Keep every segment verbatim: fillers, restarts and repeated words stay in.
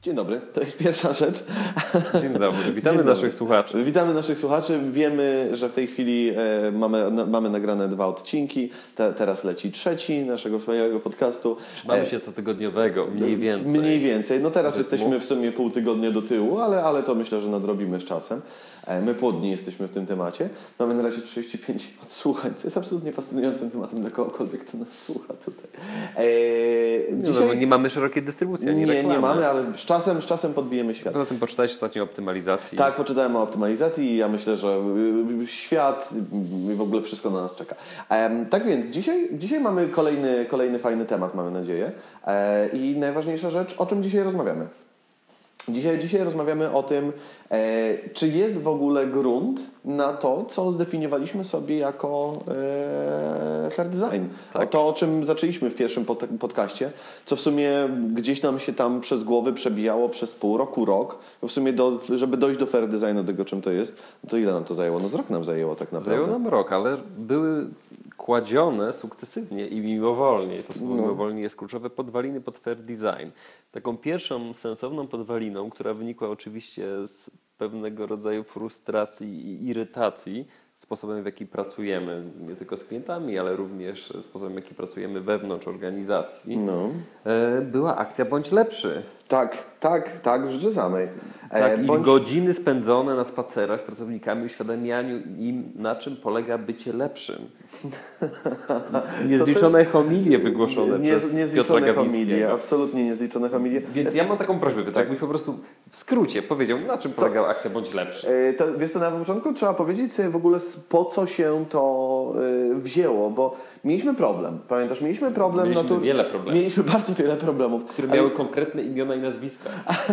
Dzień dobry, to jest pierwsza rzecz. Dzień dobry, witamy Dzień naszych dobry. słuchaczy. Witamy naszych słuchaczy. Wiemy, że w tej chwili e, mamy, na, mamy nagrane dwa odcinki. Te, teraz leci trzeci naszego wspaniałego podcastu. Trzymamy się cotygodniowego, mniej więcej. Mniej więcej. No teraz jesteśmy w sumie pół tygodnia do tyłu, ale, ale to myślę, że nadrobimy z czasem. E, my płodni jesteśmy w tym temacie. Mamy na razie trzydzieści pięć odsłuchań, co jest absolutnie fascynującym tematem dla kogokolwiek, kto nas słucha tutaj. E, dzisiaj... no, nie mamy szerokiej dystrybucji, ani nie, reklamy. Nie mamy, ale z czasem, z czasem podbijemy świat. Poza tym poczytałeś ostatnio o optymalizacji. Tak, poczytałem o optymalizacji i ja myślę, że świat i w ogóle wszystko na nas czeka. Um, tak więc dzisiaj, dzisiaj mamy kolejny, kolejny fajny temat, mamy nadzieję. E, I najważniejsza rzecz, o czym dzisiaj rozmawiamy. Dzisiaj, dzisiaj rozmawiamy o tym, e, czy jest w ogóle grunt na to, co zdefiniowaliśmy sobie jako e, fair design. Tak. O to, o czym zaczęliśmy w pierwszym pod, podcaście, co w sumie gdzieś nam się tam przez głowy przebijało przez pół roku, rok. W sumie, do, żeby dojść do fair designu, tego czym to jest, no to ile nam to zajęło? No z rok nam zajęło tak naprawdę. Zajęło nam rok, ale były kładzione sukcesywnie i mimowolnie. To słowo no. mimowolnie jest kluczowe, podwaliny pod fair design. Taką pierwszą sensowną podwaliną, która wynikła oczywiście z pewnego rodzaju frustracji i irytacji sposobem, w jaki pracujemy, nie tylko z klientami, ale również sposobem, w jaki pracujemy wewnątrz organizacji, no. była akcja Bądź Lepszy. Tak, tak, tak, w rzeczy samej. Tak, i bądź... godziny spędzone na spacerach z pracownikami, uświadamianiu im, na czym polega bycie lepszym. Niezliczone jest... homilie wygłoszone nie, przez Piotra Gawickiego. Homilie, absolutnie niezliczone homilie. Więc ja mam taką prośbę, tak, byś po prostu w skrócie powiedział, na czym polegała akcja Bądź Lepszy. To, wiesz, to na początku trzeba powiedzieć sobie w ogóle, po co się to y, wzięło, bo mieliśmy problem. Pamiętasz, mieliśmy problem. Mieliśmy no to, wiele problemów. Mieliśmy bardzo wiele problemów. Które miały ale... konkretne imiona i nazwiska.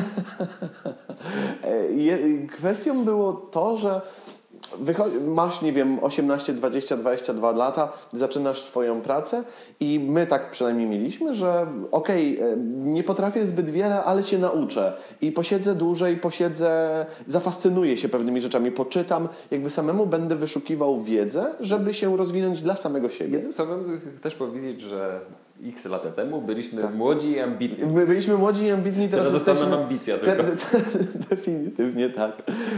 Kwestią było to, że masz, nie wiem, osiemnaście, dwadzieścia, dwadzieścia dwa lata, zaczynasz swoją pracę i my tak przynajmniej mieliśmy, że okej, okay, nie potrafię zbyt wiele, ale się nauczę i posiedzę dłużej, posiedzę, zafascynuję się pewnymi rzeczami, poczytam, jakby samemu będę wyszukiwał wiedzę, żeby się rozwinąć dla samego siebie. Jednym słowem chcesz powiedzieć, że x lat temu byliśmy tak. młodzi i ambitni. My byliśmy młodzi i ambitni, teraz, teraz jesteśmy... ambicja tylko. Te, te, definitywnie tak.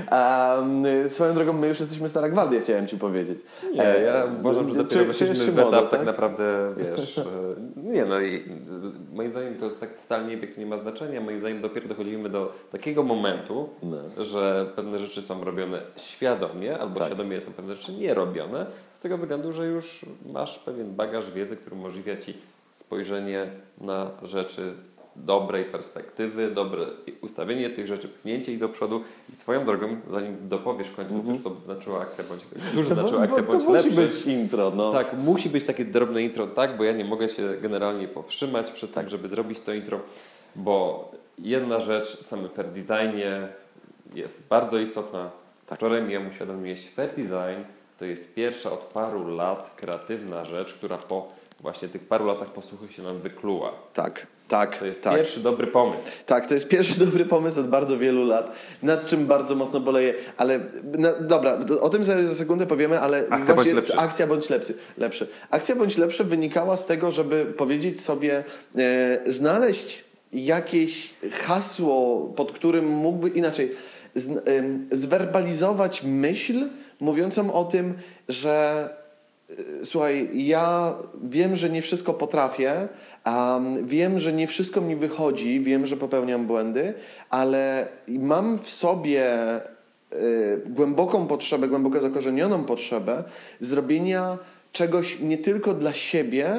Um, swoją drogą, my już jesteśmy stara gwardia, chciałem Ci powiedzieć. Nie, ja uważam, że dopiero weszliśmy w etap tak? tak naprawdę, wiesz... nie no, i, moim zdaniem to tak totalnie wiek nie ma znaczenia. Moim zdaniem dopiero dochodzimy do takiego momentu, no. że pewne rzeczy są robione świadomie, albo tak. świadomie są pewne rzeczy nie robione, z tego względu, że już masz pewien bagaż wiedzy, który umożliwia Ci spojrzenie na rzeczy z dobrej perspektywy, dobre ustawienie tych rzeczy, pchnięcie ich do przodu i swoją drogą, zanim dopowiesz w końcu, mm-hmm. cóż to znaczyła akcja Bądź Lepszy. Cóż to znaczyła akcja Bądź Lepszy. Musi być intro, no. Tak, musi być takie drobne intro, tak, bo ja nie mogę się generalnie powstrzymać przed tak. tym, żeby zrobić to intro, bo jedna rzecz w samym fair designie jest bardzo istotna. Tak. Wczoraj mi ją uświadomiłeś, fair design to jest pierwsza od paru lat kreatywna rzecz, która po właśnie tych paru latach posłuchu się nam wykluła. Tak, tak. To jest tak. pierwszy dobry pomysł. Tak, to jest pierwszy dobry pomysł od bardzo wielu lat, nad czym bardzo mocno boleję, ale no, dobra, o tym za, za sekundę powiemy, ale akcja bądź lepszy. Akcja bądź lepszy, lepszy. Akcja Bądź Lepszy wynikała z tego, żeby powiedzieć sobie, e, znaleźć jakieś hasło, pod którym mógłby inaczej z, e, zwerbalizować myśl mówiącą o tym, że słuchaj, ja wiem, że nie wszystko potrafię, um, wiem, że nie wszystko mi wychodzi, wiem, że popełniam błędy, ale mam w sobie y, głęboką potrzebę, głęboko zakorzenioną potrzebę zrobienia czegoś nie tylko dla siebie,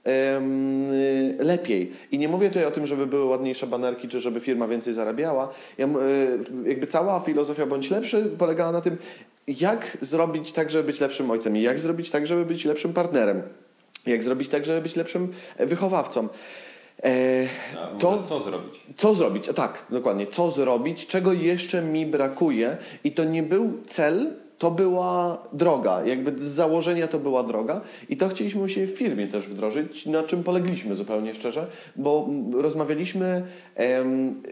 lepiej. I nie mówię tutaj o tym, żeby były ładniejsze banerki, czy żeby firma więcej zarabiała. Ja, jakby cała filozofia Bądź Lepszy polegała na tym, jak zrobić tak, żeby być lepszym ojcem, i jak zrobić tak, żeby być lepszym partnerem, jak zrobić tak, żeby być lepszym wychowawcą. E, A to, co zrobić? Co zrobić? Tak, dokładnie. Co zrobić? Czego jeszcze mi brakuje? I to nie był cel, to była droga, jakby z założenia to była droga i to chcieliśmy u siebie w firmie też wdrożyć, na czym polegliśmy zupełnie szczerze, bo rozmawialiśmy, em,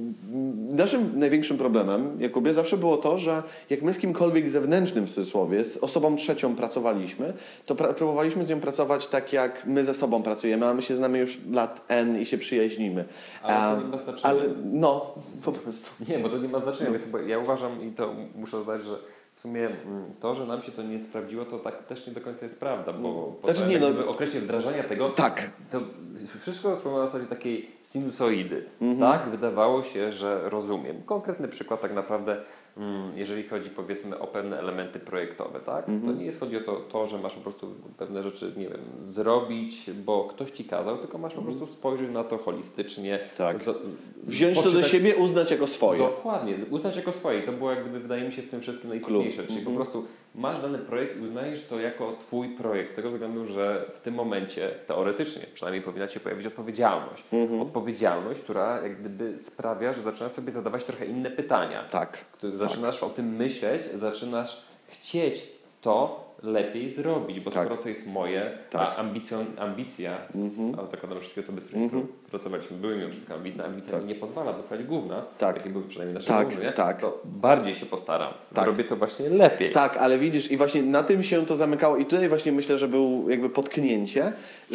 naszym największym problemem, Jakubie, zawsze było to, że jak my z kimkolwiek zewnętrznym w cudzysłowie, z osobą trzecią pracowaliśmy, to pra- próbowaliśmy z nią pracować tak, jak my ze sobą pracujemy, a my się znamy już lat N i się przyjaźnimy. Ale to nie ma znaczenia. Ale no, po prostu. Nie, bo to nie ma znaczenia, więc ja uważam i to muszę dodać, że w sumie to, że nam się to nie sprawdziło, to tak też nie do końca jest prawda, bo po znaczy, nie, no, w okresie wdrażania tego, tak. to wszystko szło na zasadzie takiej sinusoidy. Mhm. Tak? Wydawało się, że rozumiem. Konkretny przykład tak naprawdę, jeżeli chodzi powiedzmy o pewne elementy projektowe, tak? Mhm. To nie jest chodzi o to, to, że masz po prostu pewne rzeczy, nie wiem, zrobić, bo ktoś ci kazał, tylko masz po prostu spojrzeć na to holistycznie. Tak. Z, Wziąć to do siebie, uznać jako swoje. Dokładnie, uznać jako swoje. I to było jak gdyby, wydaje mi się, w tym wszystkim najistotniejsze. Czyli Mhm. po prostu masz dany projekt i uznajesz to jako twój projekt. Z tego względu, że w tym momencie teoretycznie przynajmniej powinna się pojawić odpowiedzialność. Mhm. Odpowiedzialność, która jak gdyby sprawia, że zaczynasz sobie zadawać trochę inne pytania. Tak. Który zaczynasz o tym myśleć, zaczynasz chcieć to lepiej zrobić, bo Tak. skoro to jest moje, Tak. a ambicją, ambicja, Mhm. a zakładam, że wszystkie osoby, z którymi Mhm. pracowaliśmy, były mimo wszystko ambitne, ambicja Tak. mi nie pozwala dopchać gówna, Tak. jakie były przynajmniej nasze Tak, założenia, tak. to bardziej się postaram. Tak. Zrobię to właśnie lepiej. Tak, ale widzisz, i właśnie na tym się to zamykało i tutaj właśnie myślę, że był jakby potknięcie,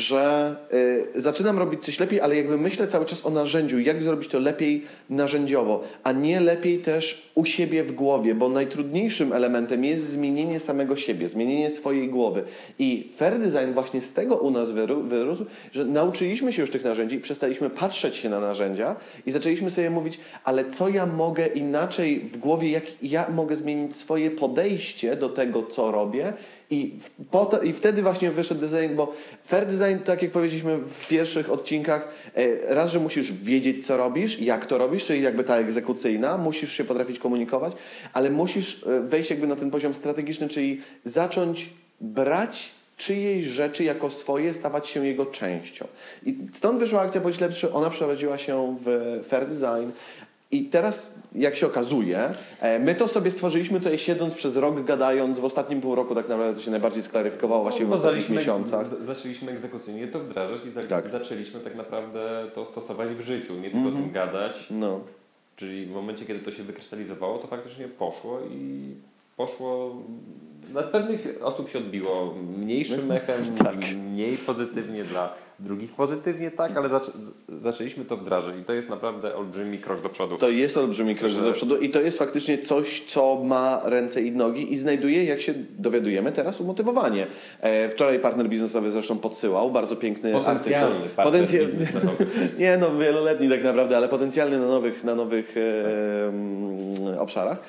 że y, zaczynam robić coś lepiej, ale jakby myślę cały czas o narzędziu, jak zrobić to lepiej narzędziowo, a nie lepiej też u siebie w głowie, bo najtrudniejszym elementem jest zmienienie samego siebie, zmienienie swojej głowy. I fair design właśnie z tego u nas wyru- wyrósł, że nauczyliśmy się już tych narzędzi i przestaliśmy patrzeć się na narzędzia i zaczęliśmy sobie mówić, ale co ja mogę inaczej w głowie, jak ja mogę zmienić swoje podejście do tego, co robię. I, w, po to, I wtedy właśnie wyszedł design, bo fair design, tak jak powiedzieliśmy w pierwszych odcinkach, e, raz, że musisz wiedzieć, co robisz, jak to robisz, czyli jakby ta egzekucyjna, musisz się potrafić komunikować, ale musisz e, wejść jakby na ten poziom strategiczny, czyli zacząć brać czyjeś rzeczy jako swoje, stawać się jego częścią. I stąd wyszła akcja Bądź Lepszy, ona przerodziła się w fair design. I teraz, jak się okazuje, my to sobie stworzyliśmy tutaj siedząc przez rok, gadając, w ostatnim pół roku tak naprawdę to się najbardziej sklaryfikowało, właściwie No, w ostatnich miesiącach. Z, zaczęliśmy egzekucyjnie to wdrażać i za, Tak. zaczęliśmy tak naprawdę to stosować w życiu, nie tylko Mhm. o tym gadać. No. Czyli w momencie, kiedy to się wykrystalizowało, to faktycznie poszło i poszło... Dla pewnych osób się odbiło mniejszym echem, Tak. mniej pozytywnie, dla drugich pozytywnie, tak, ale zaczę, zaczęliśmy to wdrażać i to jest naprawdę olbrzymi krok do przodu. To jest olbrzymi krok Że- do przodu i to jest faktycznie coś, co ma ręce i nogi i znajduje, jak się dowiadujemy teraz, umotywowanie. E, wczoraj partner biznesowy zresztą podsyłał bardzo piękny Potencjalny artykuł. partner Potencjal- biznesowy. Nie, no wieloletni tak naprawdę, ale potencjalny na nowych, na nowych e, em, obszarach,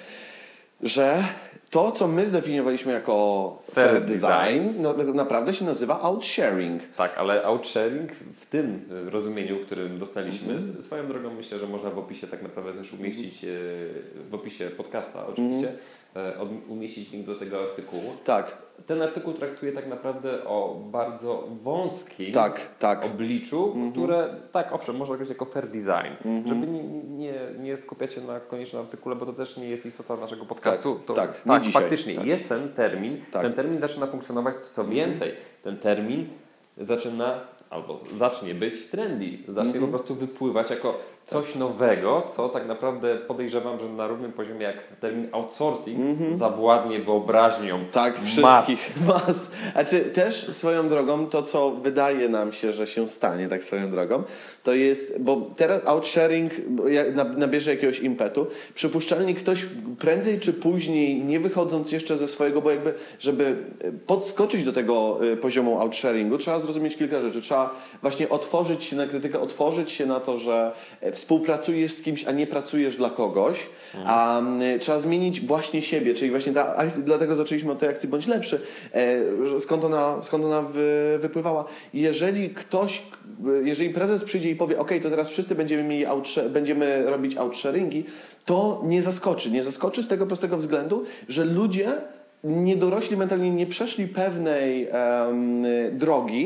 że to, co my zdefiniowaliśmy jako fair, Fair design, no, naprawdę się nazywa outsharing. Tak, ale outsharing w tym rozumieniu, którym dostaliśmy, mm-hmm. swoją drogą myślę, że można w opisie tak naprawdę też umieścić, mm-hmm. w opisie podcasta oczywiście, mm-hmm. umieścić link do tego artykułu. Tak. Ten artykuł traktuje tak naprawdę o bardzo wąskim tak, tak. obliczu, mm-hmm. które, tak owszem, można określić jako fair design. Mm-hmm. Żeby nie, nie, nie skupiać się na koniecznym artykule, bo to też nie jest istota naszego podcastu. Tak, to, tak, tak dzisiaj, faktycznie tak. jest ten termin. Tak. Ten termin zaczyna funkcjonować, co więcej, ten termin zaczyna albo zacznie być trendy, zacznie mm-hmm. po prostu wypływać jako coś nowego, co tak naprawdę podejrzewam, że na równym poziomie jak termin outsourcing mm-hmm. zawładnie wyobraźnią Tak, wszystkich mas. mas. Znaczy też swoją drogą to, co wydaje nam się, że się stanie, tak swoją drogą, to jest, bo teraz outsharing nabierze jakiegoś impetu. Przypuszczalnie ktoś prędzej czy później, nie wychodząc jeszcze ze swojego, bo jakby, żeby podskoczyć do tego poziomu outsharingu, trzeba zrozumieć kilka rzeczy. Trzeba właśnie otworzyć się na krytykę, otworzyć się na to, że współpracujesz z kimś, a nie pracujesz dla kogoś, a um, trzeba zmienić właśnie siebie, czyli właśnie ta akcja, dlatego zaczęliśmy od tej akcji Bądź Lepszy, e, skąd ona, skąd ona wy, wypływała. Jeżeli ktoś, jeżeli prezes przyjdzie i powie, ok, to teraz wszyscy będziemy mieli outsh- będziemy robić outsharingi, to nie zaskoczy. Nie zaskoczy z tego prostego względu, że ludzie nie dorośli mentalnie, nie przeszli pewnej um, drogi,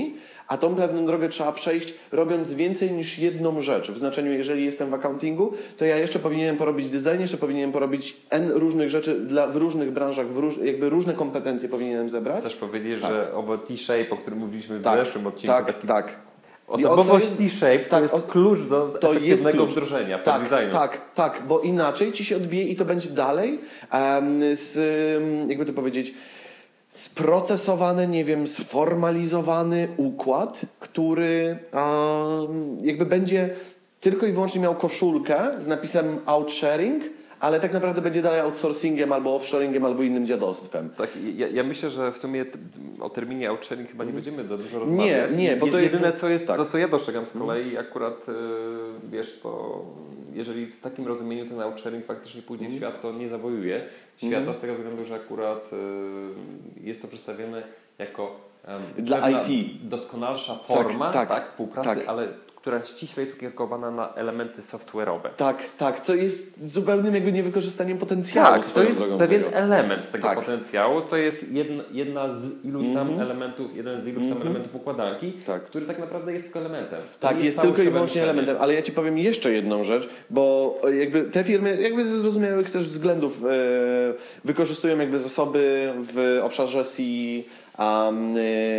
a tą pewną drogę trzeba przejść, robiąc więcej niż jedną rzecz. W znaczeniu, jeżeli jestem w accountingu, to ja jeszcze powinienem porobić design, jeszcze powinienem porobić N różnych rzeczy dla, w różnych branżach, w róż, jakby różne kompetencje powinienem zebrać. Chcesz powiedzieć, tak. że owo T-shape, o którym mówiliśmy w tak, zeszłym odcinku, tak, taki... tak. Osobowość T-shape to tak, jest klucz do to efektywnego klucz. wdrożenia tak, designu. Tak, tak, bo inaczej ci się odbije i to będzie dalej um, z, jakby to powiedzieć, sprocesowany, nie wiem, sformalizowany układ, który um, jakby będzie tylko i wyłącznie miał koszulkę z napisem outsharing, ale tak naprawdę będzie dalej outsourcingiem albo offshoringiem albo innym dziadostwem. Tak, ja, ja myślę, że w sumie t- o terminie outsharing chyba nie będziemy za dużo rozmawiać. Nie, nie, bo to jedyne jakby, co jest, tak. to co ja dostrzegam z kolei akurat, yy, wiesz, to jeżeli w takim rozumieniu ten outsharing faktycznie pójdzie w świat, to nie zawojuje świata Mhm. z tego względu, że akurat yy, jest to przedstawione jako um, dla I T doskonalsza forma tak, tak, tak, współpracy, tak. ale która ściśle jest ukierunkowana na elementy software'owe. Tak, tak, co jest zupełnym jakby niewykorzystaniem potencjału. Tak, to jest pewien tego. element tego tak. potencjału, to jest jedna, jedna z iluś tam mm-hmm. elementów, jeden z iluś tam mm-hmm. elementów układanki, tak. który tak naprawdę jest tylko elementem. To tak, jest, jest tylko i wyłącznie elementem, ale ja Ci powiem jeszcze jedną rzecz, bo jakby te firmy jakby ze zrozumiałych też względów yy, wykorzystują jakby zasoby w obszarze C Um,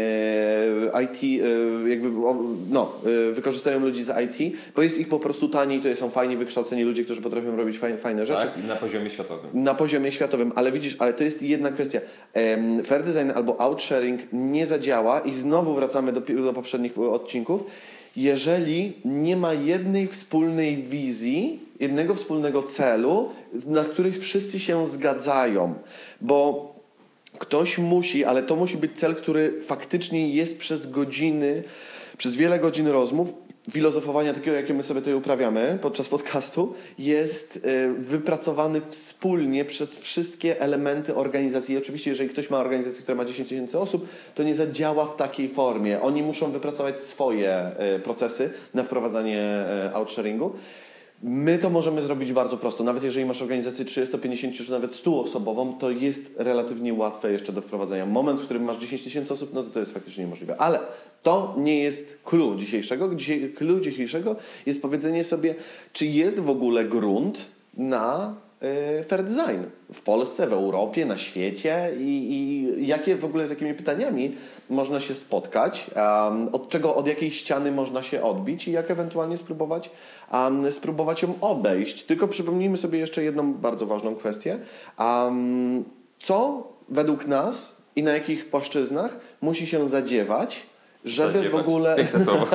I T, jakby, no, wykorzystają ludzi z I T, bo jest ich po prostu taniej, to są fajni, wykształceni ludzie, którzy potrafią robić fajne, fajne rzeczy. Tak, na poziomie światowym. Na poziomie światowym, ale widzisz, ale to jest jedna kwestia. Um, fair design albo outsharing nie zadziała i znowu wracamy do, do poprzednich odcinków, jeżeli nie ma jednej wspólnej wizji, jednego wspólnego celu, na których wszyscy się zgadzają, bo ktoś musi, ale to musi być cel, który faktycznie jest przez godziny, przez wiele godzin rozmów, filozofowania takiego, jakie my sobie tutaj uprawiamy podczas podcastu, jest wypracowany wspólnie przez wszystkie elementy organizacji. I oczywiście, jeżeli ktoś ma organizację, która ma dziesięć tysięcy osób, to nie zadziała w takiej formie. Oni muszą wypracować swoje procesy na wprowadzanie outsharingu. My to możemy zrobić bardzo prosto. Nawet jeżeli masz organizację trzydzieści, pięćdziesiąt czy nawet stu osobową, to jest relatywnie łatwe jeszcze do wprowadzenia. Moment, w którym masz dziesięć tysięcy osób, no to to jest faktycznie niemożliwe. Ale to nie jest clue dzisiejszego. Dzisiaj, clue dzisiejszego jest powiedzenie sobie, czy jest w ogóle grunt na y, fair design w Polsce, w Europie, na świecie i, i jakie w ogóle z jakimi pytaniami można się spotkać, um, od czego, od jakiej ściany można się odbić i jak ewentualnie spróbować, um, spróbować ją obejść. Tylko przypomnijmy sobie jeszcze jedną bardzo ważną kwestię. Um, co według nas i na jakich płaszczyznach musi się zadziewać, żeby zadziewać. w ogóle... Piękne słowo.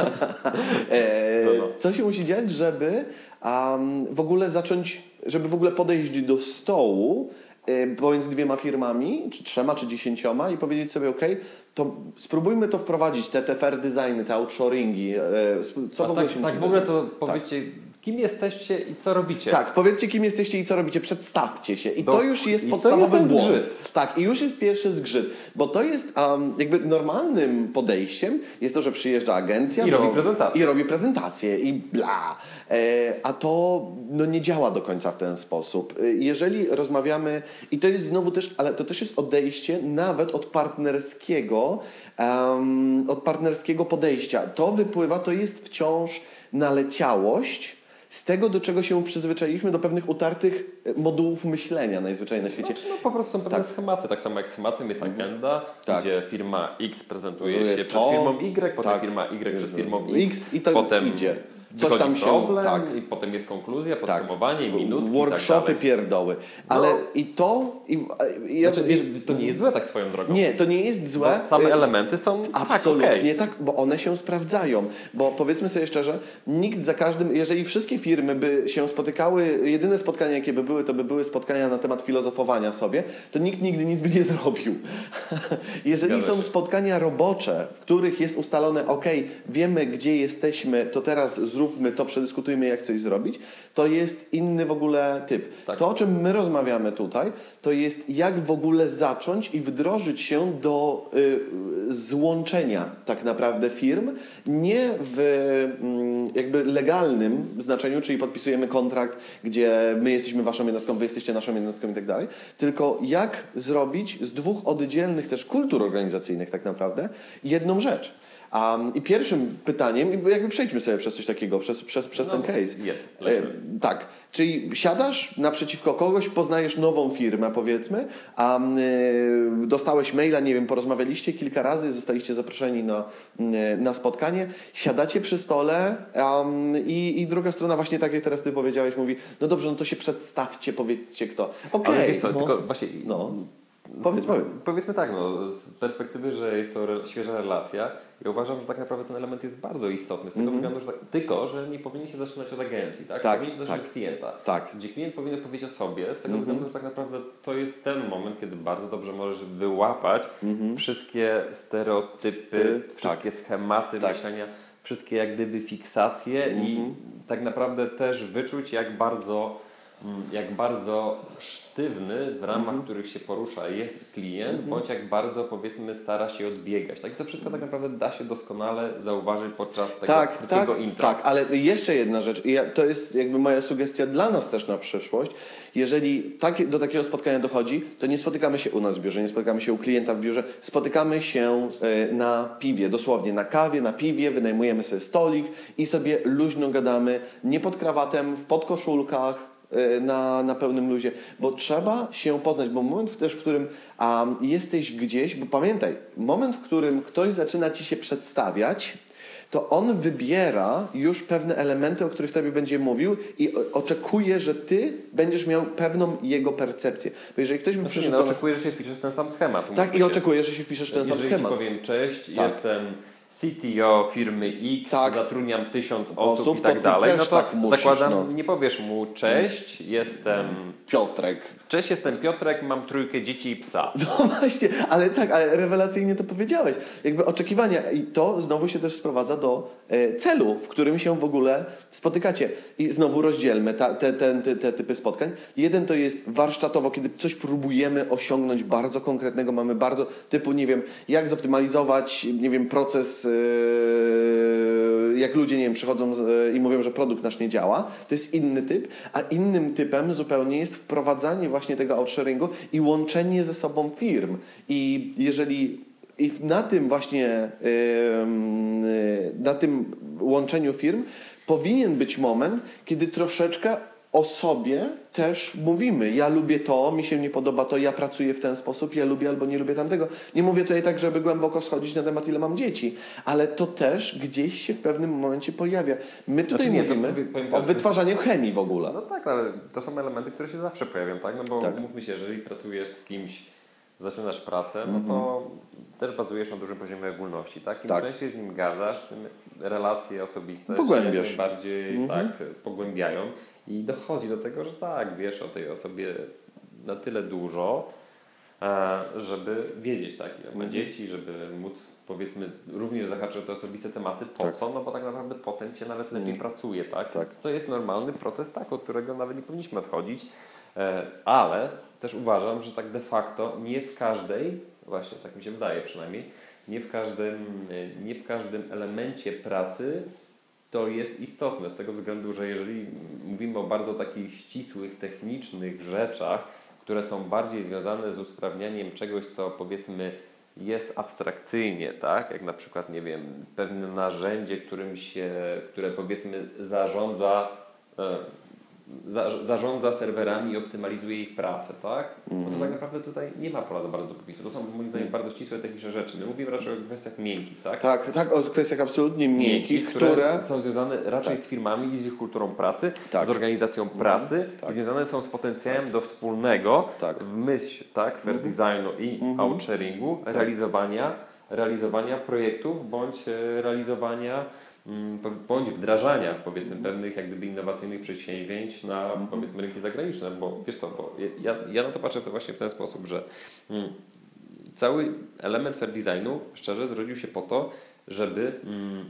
e, no, no. Co się musi dziać, żeby um, w ogóle zacząć, żeby w ogóle podejść do stołu pomiędzy dwiema firmami, czy trzema, czy dziesięcioma i powiedzieć sobie, ok, to spróbujmy to wprowadzić, te, te fair designy, te outshoringi, co A w ogóle tak, się tak musi w ogóle zrobić? to powiedzcie, tak. Kim jesteście i co robicie? Tak, powiedzcie, kim jesteście i co robicie, przedstawcie się. I Do, to już jest i podstawowy to jest błąd. zgrzyt. Tak, i już jest pierwszy zgrzyt, bo to jest um, jakby normalnym podejściem jest to, że przyjeżdża agencja i do, robi prezentację. I robi prezentację i bla. E, a to no, nie działa do końca w ten sposób. E, jeżeli rozmawiamy, i to jest znowu też, ale to też jest odejście nawet od partnerskiego, um, od partnerskiego podejścia. To wypływa, to jest wciąż naleciałość z tego, do czego się przyzwyczailiśmy, do pewnych utartych modułów myślenia najzwyczajniej na świecie. No, no po prostu są pewne tak. schematy. Tak samo jak schematem jest agenda, tak. gdzie firma X prezentuje Buduje się to, przed firmą Y, potem tak. firma Y przed firmą X, X i to potem idzie. Coś tam tam się, problem tak. i potem jest konkluzja, Tak. podsumowanie, tak. minutki workshopy, i tak pierdoły. Ale no. i to... I, i, ja, znaczy, wiesz, to nie jest złe tak swoją drogą. Nie, to nie jest złe. Bo same elementy są absolutnie tak, okay. tak, bo one się sprawdzają. Bo powiedzmy sobie szczerze, nikt za każdym, jeżeli wszystkie firmy by się spotykały, jedyne spotkania jakie by były, to by były spotkania na temat filozofowania sobie, to nikt nigdy nic by nie zrobił. Jeżeli są spotkania robocze, w których jest ustalone, ok, wiemy gdzie jesteśmy, to teraz zróbmy to, przedyskutujmy jak coś zrobić, to jest inny w ogóle typ. Tak. To, o czym my rozmawiamy tutaj, to jest jak w ogóle zacząć i wdrożyć się do y, złączenia tak naprawdę firm, nie w y, jakby legalnym znaczeniu, czyli podpisujemy kontrakt, gdzie my jesteśmy waszą jednostką, wy jesteście naszą jednostką i tak dalej, tylko jak zrobić z dwóch oddzielnych też kultur organizacyjnych tak naprawdę jedną rzecz. Um, I pierwszym pytaniem, jakby przejdźmy sobie przez coś takiego, przez, przez, przez no, ten case. Jest, e, tak, czyli siadasz naprzeciwko kogoś, poznajesz nową firmę, powiedzmy, a e, dostałeś maila, nie wiem, porozmawialiście kilka razy, zostaliście zaproszeni na, na spotkanie, siadacie przy stole um, i, i druga strona właśnie tak jak teraz ty powiedziałeś, mówi, no dobrze, no to się przedstawcie, powiedzcie kto. Okej. Ale wiesz co, no. tylko właśnie... No. Powiedz, powiedz. Powiedzmy tak, no, z perspektywy, że jest to re- świeża relacja, ja uważam, że tak naprawdę ten element jest bardzo istotny, z tego mm-hmm. względu, że tak, tylko, że nie powinien się zaczynać od agencji, tak? Tak, powinien się zaczynać tak. od klienta. Tak. Gdzie klient powinien powiedzieć o sobie, z tego mm-hmm. względu, że tak naprawdę to jest ten moment, kiedy bardzo dobrze możesz wyłapać mm-hmm. wszystkie stereotypy, Ty, wszystkie tak. schematy tak. myślenia, wszystkie jak gdyby fiksacje mm-hmm. i tak naprawdę też wyczuć, jak bardzo jak bardzo sztywny w ramach mm-hmm. których się porusza jest klient, mm-hmm. bądź jak bardzo powiedzmy stara się odbiegać. Tak? I to wszystko tak naprawdę da się doskonale zauważyć podczas tego tak, krótkiego tak, intra. Tak, ale jeszcze jedna rzecz i ja, to jest jakby moja sugestia dla nas też na przyszłość. Jeżeli tak, do takiego spotkania dochodzi, to nie spotykamy się u nas w biurze, nie spotykamy się u klienta w biurze, spotykamy się y, na piwie, dosłownie na kawie, na piwie, wynajmujemy sobie stolik i sobie luźno gadamy, nie pod krawatem, w podkoszulkach, Na, na pełnym luzie, bo trzeba się poznać, bo moment też, w którym um, jesteś gdzieś, bo pamiętaj, moment, w którym ktoś zaczyna ci się przedstawiać, to on wybiera już pewne elementy, o których tobie będzie mówił i o, oczekuje, że ty będziesz miał pewną jego percepcję. Bo jeżeli ktoś by znaczy, przyszedł no, do nas... oczekuje, że się wpiszesz w ten sam schemat. Tak, i się... oczekuje, że się wpiszesz w ten jeżeli sam schemat. Jeżeli ci powiem, cześć, tak. jestem C T O firmy X, tak. zatrudniam tysiąc osób, osób i tak dalej, no to tak musisz, zakładam, no. nie powiesz mu cześć, jestem Piotrek. Cześć, jestem Piotrek, mam trójkę dzieci i psa. No właśnie, ale tak, ale rewelacyjnie to powiedziałeś. Jakby oczekiwania i to znowu się też sprowadza do e, celu, w którym się w ogóle spotykacie. I znowu rozdzielmy ta, te, te, te, te typy spotkań. Jeden to jest warsztatowo, kiedy coś próbujemy osiągnąć bardzo konkretnego, mamy bardzo typu, nie wiem, jak zoptymalizować, nie wiem, proces, e, jak ludzie, nie wiem, przychodzą z, e, i mówią, że produkt nasz nie działa. To jest inny typ, a innym typem zupełnie jest wprowadzanie właśnie tego outsharingu i łączenie ze sobą firm. I jeżeli i na tym właśnie yy, na tym łączeniu firm powinien być moment, kiedy troszeczkę o sobie też mówimy. Ja lubię to, mi się nie podoba to, ja pracuję w ten sposób, ja lubię albo nie lubię tamtego. Nie mówię tutaj tak, żeby głęboko schodzić na temat, ile mam dzieci, ale to też gdzieś się w pewnym momencie pojawia. My tutaj znaczy nie, mówimy to, powiem, o wytwarzaniu chemii w ogóle. No tak, ale to są elementy, które się zawsze pojawią, tak? No bo tak. mówmy się, jeżeli pracujesz z kimś, zaczynasz pracę, no to mm-hmm. też bazujesz na dużym poziomie ogólności, tak? Im tak. częściej z nim gadasz, tym relacje osobiste pogłębiasz. się bardziej mm-hmm. tak, pogłębiają. I dochodzi do tego, że tak, wiesz o tej osobie na tyle dużo, żeby wiedzieć, tak, ile ma dzieci, żeby móc, powiedzmy, również zahaczyć o te osobiste tematy. Po tak. co? No bo tak naprawdę potem Cię nawet lepiej mm. pracuje, tak? tak? To jest normalny proces, tak, od którego nawet nie powinniśmy odchodzić, ale też uważam, że tak de facto nie w każdej, właśnie tak mi się wydaje przynajmniej, nie w każdym, nie w każdym elemencie pracy to jest istotne z tego względu, że jeżeli mówimy o bardzo takich ścisłych, technicznych rzeczach, które są bardziej związane z usprawnianiem czegoś, co powiedzmy jest abstrakcyjnie, tak? Jak na przykład, nie wiem, pewne narzędzie, którym się, które powiedzmy zarządza, e, za, zarządza serwerami i optymalizuje ich pracę, tak? Mm. No to tak naprawdę tutaj nie ma pola za bardzo do popisu. To są moim zdaniem bardzo ścisłe techniczne rzeczy. My mówimy raczej o kwestiach miękkich, tak? Tak, tak, o kwestiach absolutnie miękkich, miękkich które, które są związane raczej tak. z firmami i z ich kulturą pracy, tak. z organizacją pracy mm. tak. i związane są z potencjałem tak. do wspólnego tak. w myśl, tak, fair mm. designu i mm. outsharingu, tak. realizowania, realizowania projektów bądź realizowania bądź wdrażania, powiedzmy, pewnych jak gdyby innowacyjnych przedsięwzięć na, mm-hmm. powiedzmy, rynki zagraniczne, bo wiesz co, bo ja, ja na to patrzę to właśnie w ten sposób, że mm, cały element fair designu, szczerze, zrodził się po to, żeby mm,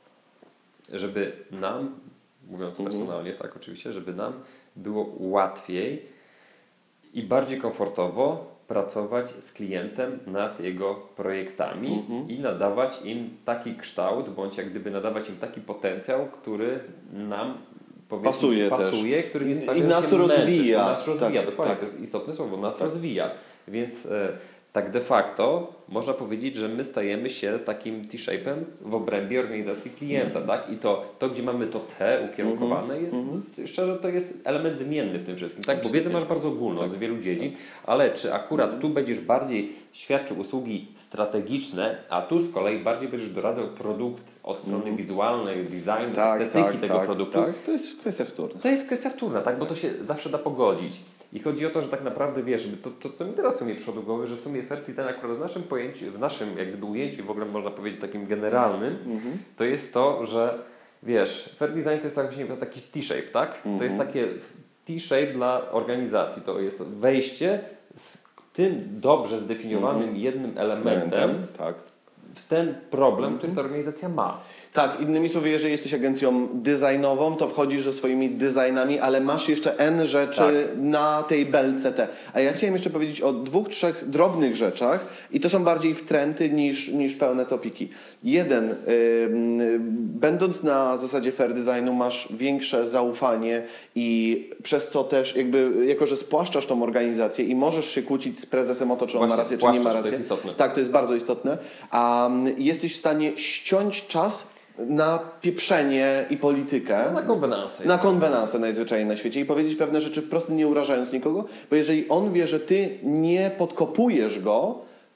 żeby nam, mówiąc mm-hmm. personalnie, tak oczywiście, żeby nam było łatwiej i bardziej komfortowo pracować z klientem nad jego projektami mm-hmm. i nadawać im taki kształt, bądź jak gdyby nadawać im taki potencjał, który nam pasuje, pasuje który nie sprawia, i nas się rozwija. Męczysz, nas rozwija, tak, dokładnie, tak. to jest istotne słowo, nas tak. rozwija. Więc e, tak de facto można powiedzieć, że my stajemy się takim T-shape'em w obrębie organizacji klienta, tak? I to, to gdzie mamy to T ukierunkowane mm-hmm. jest, mm-hmm. szczerze, to jest element zmienny w tym wszystkim, tak? Bo wiedzę masz bardzo ogólną tak. z wielu dziedzin, ale czy akurat mm-hmm. tu będziesz bardziej świadczył usługi strategiczne, a tu z kolei bardziej będziesz doradzał produkt od strony mm-hmm. wizualnej, designu, tak, estetyki tak, tego tak, produktu. Tak, to jest kwestia wtórna. To jest kwestia wtórna, tak? Bo to się zawsze da pogodzić. I chodzi o to, że tak naprawdę wiesz, to, to co mi teraz w sumie przyszło do głowy, że w sumie fair design akurat w naszym pojęciu, w naszym jakby ujęciu, w ogóle można powiedzieć takim generalnym, mm-hmm. to jest to, że wiesz, fair design to jest tak, właśnie taki T-shape, tak? Mm-hmm. To jest takie T-shape dla organizacji, to jest wejście z tym dobrze zdefiniowanym mm-hmm. jednym elementem tak. w ten problem, mm-hmm. który ta organizacja ma. Tak, innymi słowy, jeżeli jesteś agencją designową, to wchodzisz ze swoimi designami, ale masz jeszcze N rzeczy tak. na tej belce te. A ja chciałem jeszcze powiedzieć o dwóch, trzech drobnych rzeczach i to są bardziej wtręty niż, niż pełne topiki. Jeden, yy, będąc na zasadzie fair designu, masz większe zaufanie i przez co też jakby, jako że spłaszczasz tą organizację i możesz się kłócić z prezesem o to, czy on Właśnie, ma rację, czy nie ma rację. To jest istotne. Tak, to jest bardzo istotne. A jesteś w stanie ściąć czas na pieprzenie i politykę. No, na konwenansę. Na konwenansę najzwyczajniej na świecie i powiedzieć pewne rzeczy wprost, nie urażając nikogo, bo jeżeli on wie, że ty nie podkopujesz go,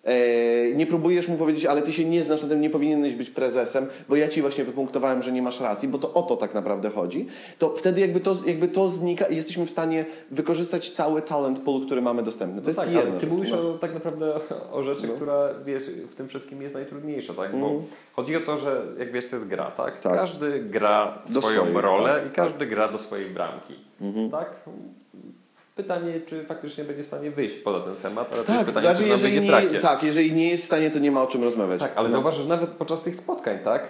e, nie próbujesz mu powiedzieć, ale ty się nie znasz na tym, nie powinieneś być prezesem, bo ja ci właśnie wypunktowałem, że nie masz racji, bo to o to tak naprawdę chodzi, to wtedy jakby to, jakby to znika i jesteśmy w stanie wykorzystać cały talent pool, który mamy dostępny. To no jest tak, jedna Ty rzecz, mówisz no. o, tak naprawdę o rzeczy, no. która wiesz, w tym wszystkim jest najtrudniejsza, tak? Bo mm. chodzi o to, że jak wiesz, to jest gra, tak? tak. Każdy gra do swoją swojej, rolę tak. i każdy gra do swojej bramki, mm-hmm. tak? Pytanie, czy faktycznie będzie w stanie wyjść poza ten schemat, ale tak, to jest pytanie, znaczy, czy nam będzie w trakcie. Nie, tak, jeżeli nie jest w stanie, to nie ma o czym rozmawiać. Tak, ale no. zauważ, że nawet podczas tych spotkań, tak?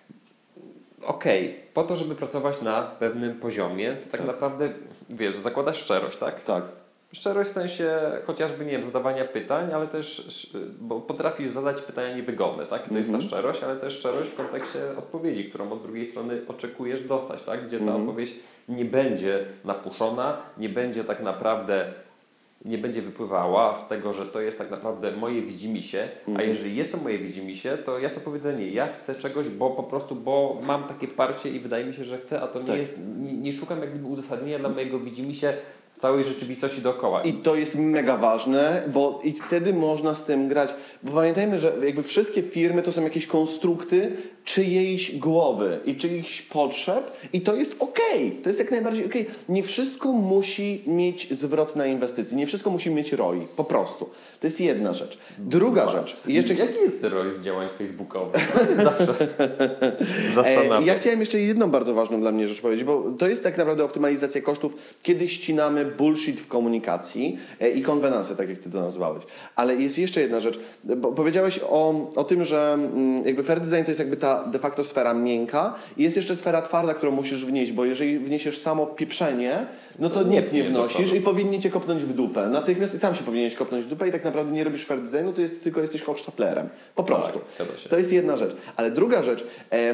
Okej, okay, po to, żeby pracować na pewnym poziomie, to tak, tak naprawdę, wiesz, zakładasz szczerość, tak? Tak. Szczerość w sensie chociażby, nie wiem, zadawania pytań, ale też, bo potrafisz zadać pytania niewygodne, tak? I to mm-hmm. jest ta szczerość, ale też szczerość w kontekście odpowiedzi, którą od drugiej strony oczekujesz dostać, tak? Gdzie ta mm-hmm. odpowiedź nie będzie napuszona, nie będzie tak naprawdę, nie będzie wypływała z tego, że to jest tak naprawdę moje widzimisię, mm-hmm. a jeżeli jest to moje widzimisię, to jasne powiedzenie, ja chcę czegoś, bo po prostu, bo mam takie parcie i wydaje mi się, że chcę, a to nie tak. jest, nie, nie szukam jakby uzasadnienia dla mojego widzimisię w całej rzeczywistości dookoła. I to jest mega ważne, bo i wtedy można z tym grać. Bo pamiętajmy, że jakby wszystkie firmy to są jakieś konstrukty czyjejś głowy i czyichś potrzeb i to jest okej. Okay. To jest jak najbardziej okej. Okay. Nie wszystko musi mieć zwrot na inwestycje. Nie wszystko musi mieć R O I. Po prostu. To jest jedna rzecz. Druga rzecz. Jeszcze... Jaki jest R O I z działań facebookowych? To jest zawsze zastanawiam. Ja chciałem jeszcze jedną bardzo ważną dla mnie rzecz powiedzieć, bo to jest tak naprawdę optymalizacja kosztów, kiedy ścinamy bullshit w komunikacji i konwenansę, tak jak ty to nazwałeś. Ale jest jeszcze jedna rzecz. Bo powiedziałeś o, o tym, że jakby fair design to jest jakby ta de facto sfera miękka i jest jeszcze sfera twarda, którą musisz wnieść, bo jeżeli wniesiesz samo pieprzenie, no to, to nic nie wnosisz i powinni cię kopnąć w dupę. Natychmiast i sam się powinieneś kopnąć w dupę i tak naprawdę nie robisz fair designu, to jest, tylko jesteś hochsztaplerem. Po prostu. Tak, to jest jedna rzecz. Ale druga rzecz,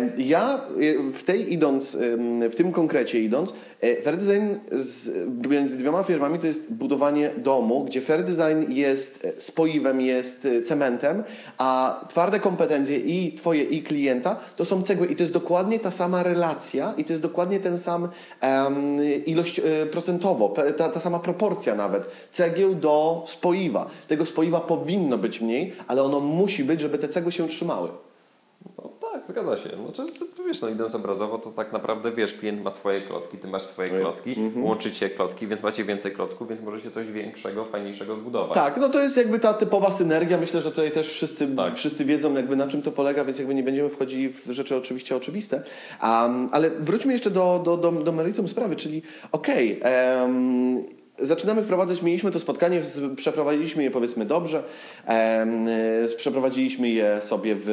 ja w tej idąc, w tym konkrecie idąc, fair design z, między dwiema firmami to jest budowanie domu, gdzie fair design jest spoiwem, jest cementem, a twarde kompetencje i twoje i klienta to są cegły i to jest dokładnie ta sama relacja i to jest dokładnie ten sam um, ilość y, procentowo, ta, ta sama proporcja nawet cegieł do spoiwa. Tego spoiwa powinno być mniej, ale ono musi być, żeby te cegły się trzymały. No tak, zgadza się. Znaczy, to, wiesz, no idąc obrazowo, to tak naprawdę wiesz, klient ma swoje klocki, ty masz swoje klocki, mm-hmm. łączycie klocki, więc macie więcej klocków, więc możecie coś większego, fajniejszego zbudować. Tak, no to jest jakby ta typowa synergia. Myślę, że tutaj też wszyscy, tak. wszyscy wiedzą jakby na czym to polega, więc jakby nie będziemy wchodzili w rzeczy oczywiście oczywiste. Um, ale wróćmy jeszcze do, do, do, do meritum sprawy, czyli okej, okay, um, zaczynamy wprowadzać, mieliśmy to spotkanie, przeprowadziliśmy je powiedzmy dobrze, e, przeprowadziliśmy je sobie w,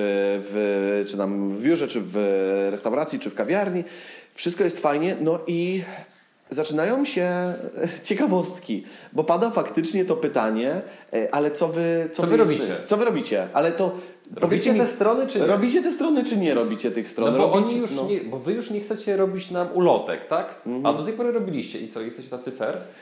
w, czy tam w biurze, czy w restauracji, czy w kawiarni. Wszystko jest fajnie, no i zaczynają się ciekawostki, bo pada faktycznie to pytanie, ale co wy... Co, co wy, wy robicie? Co wy robicie? Ale to... Robicie mi, te strony, czy nie? Robicie te strony, czy nie robicie tych stron? No bo, robicie, oni już no. nie, bo wy już nie chcecie robić nam ulotek, tak? Mhm. A do tej pory robiliście. I co, jesteście tacy fair?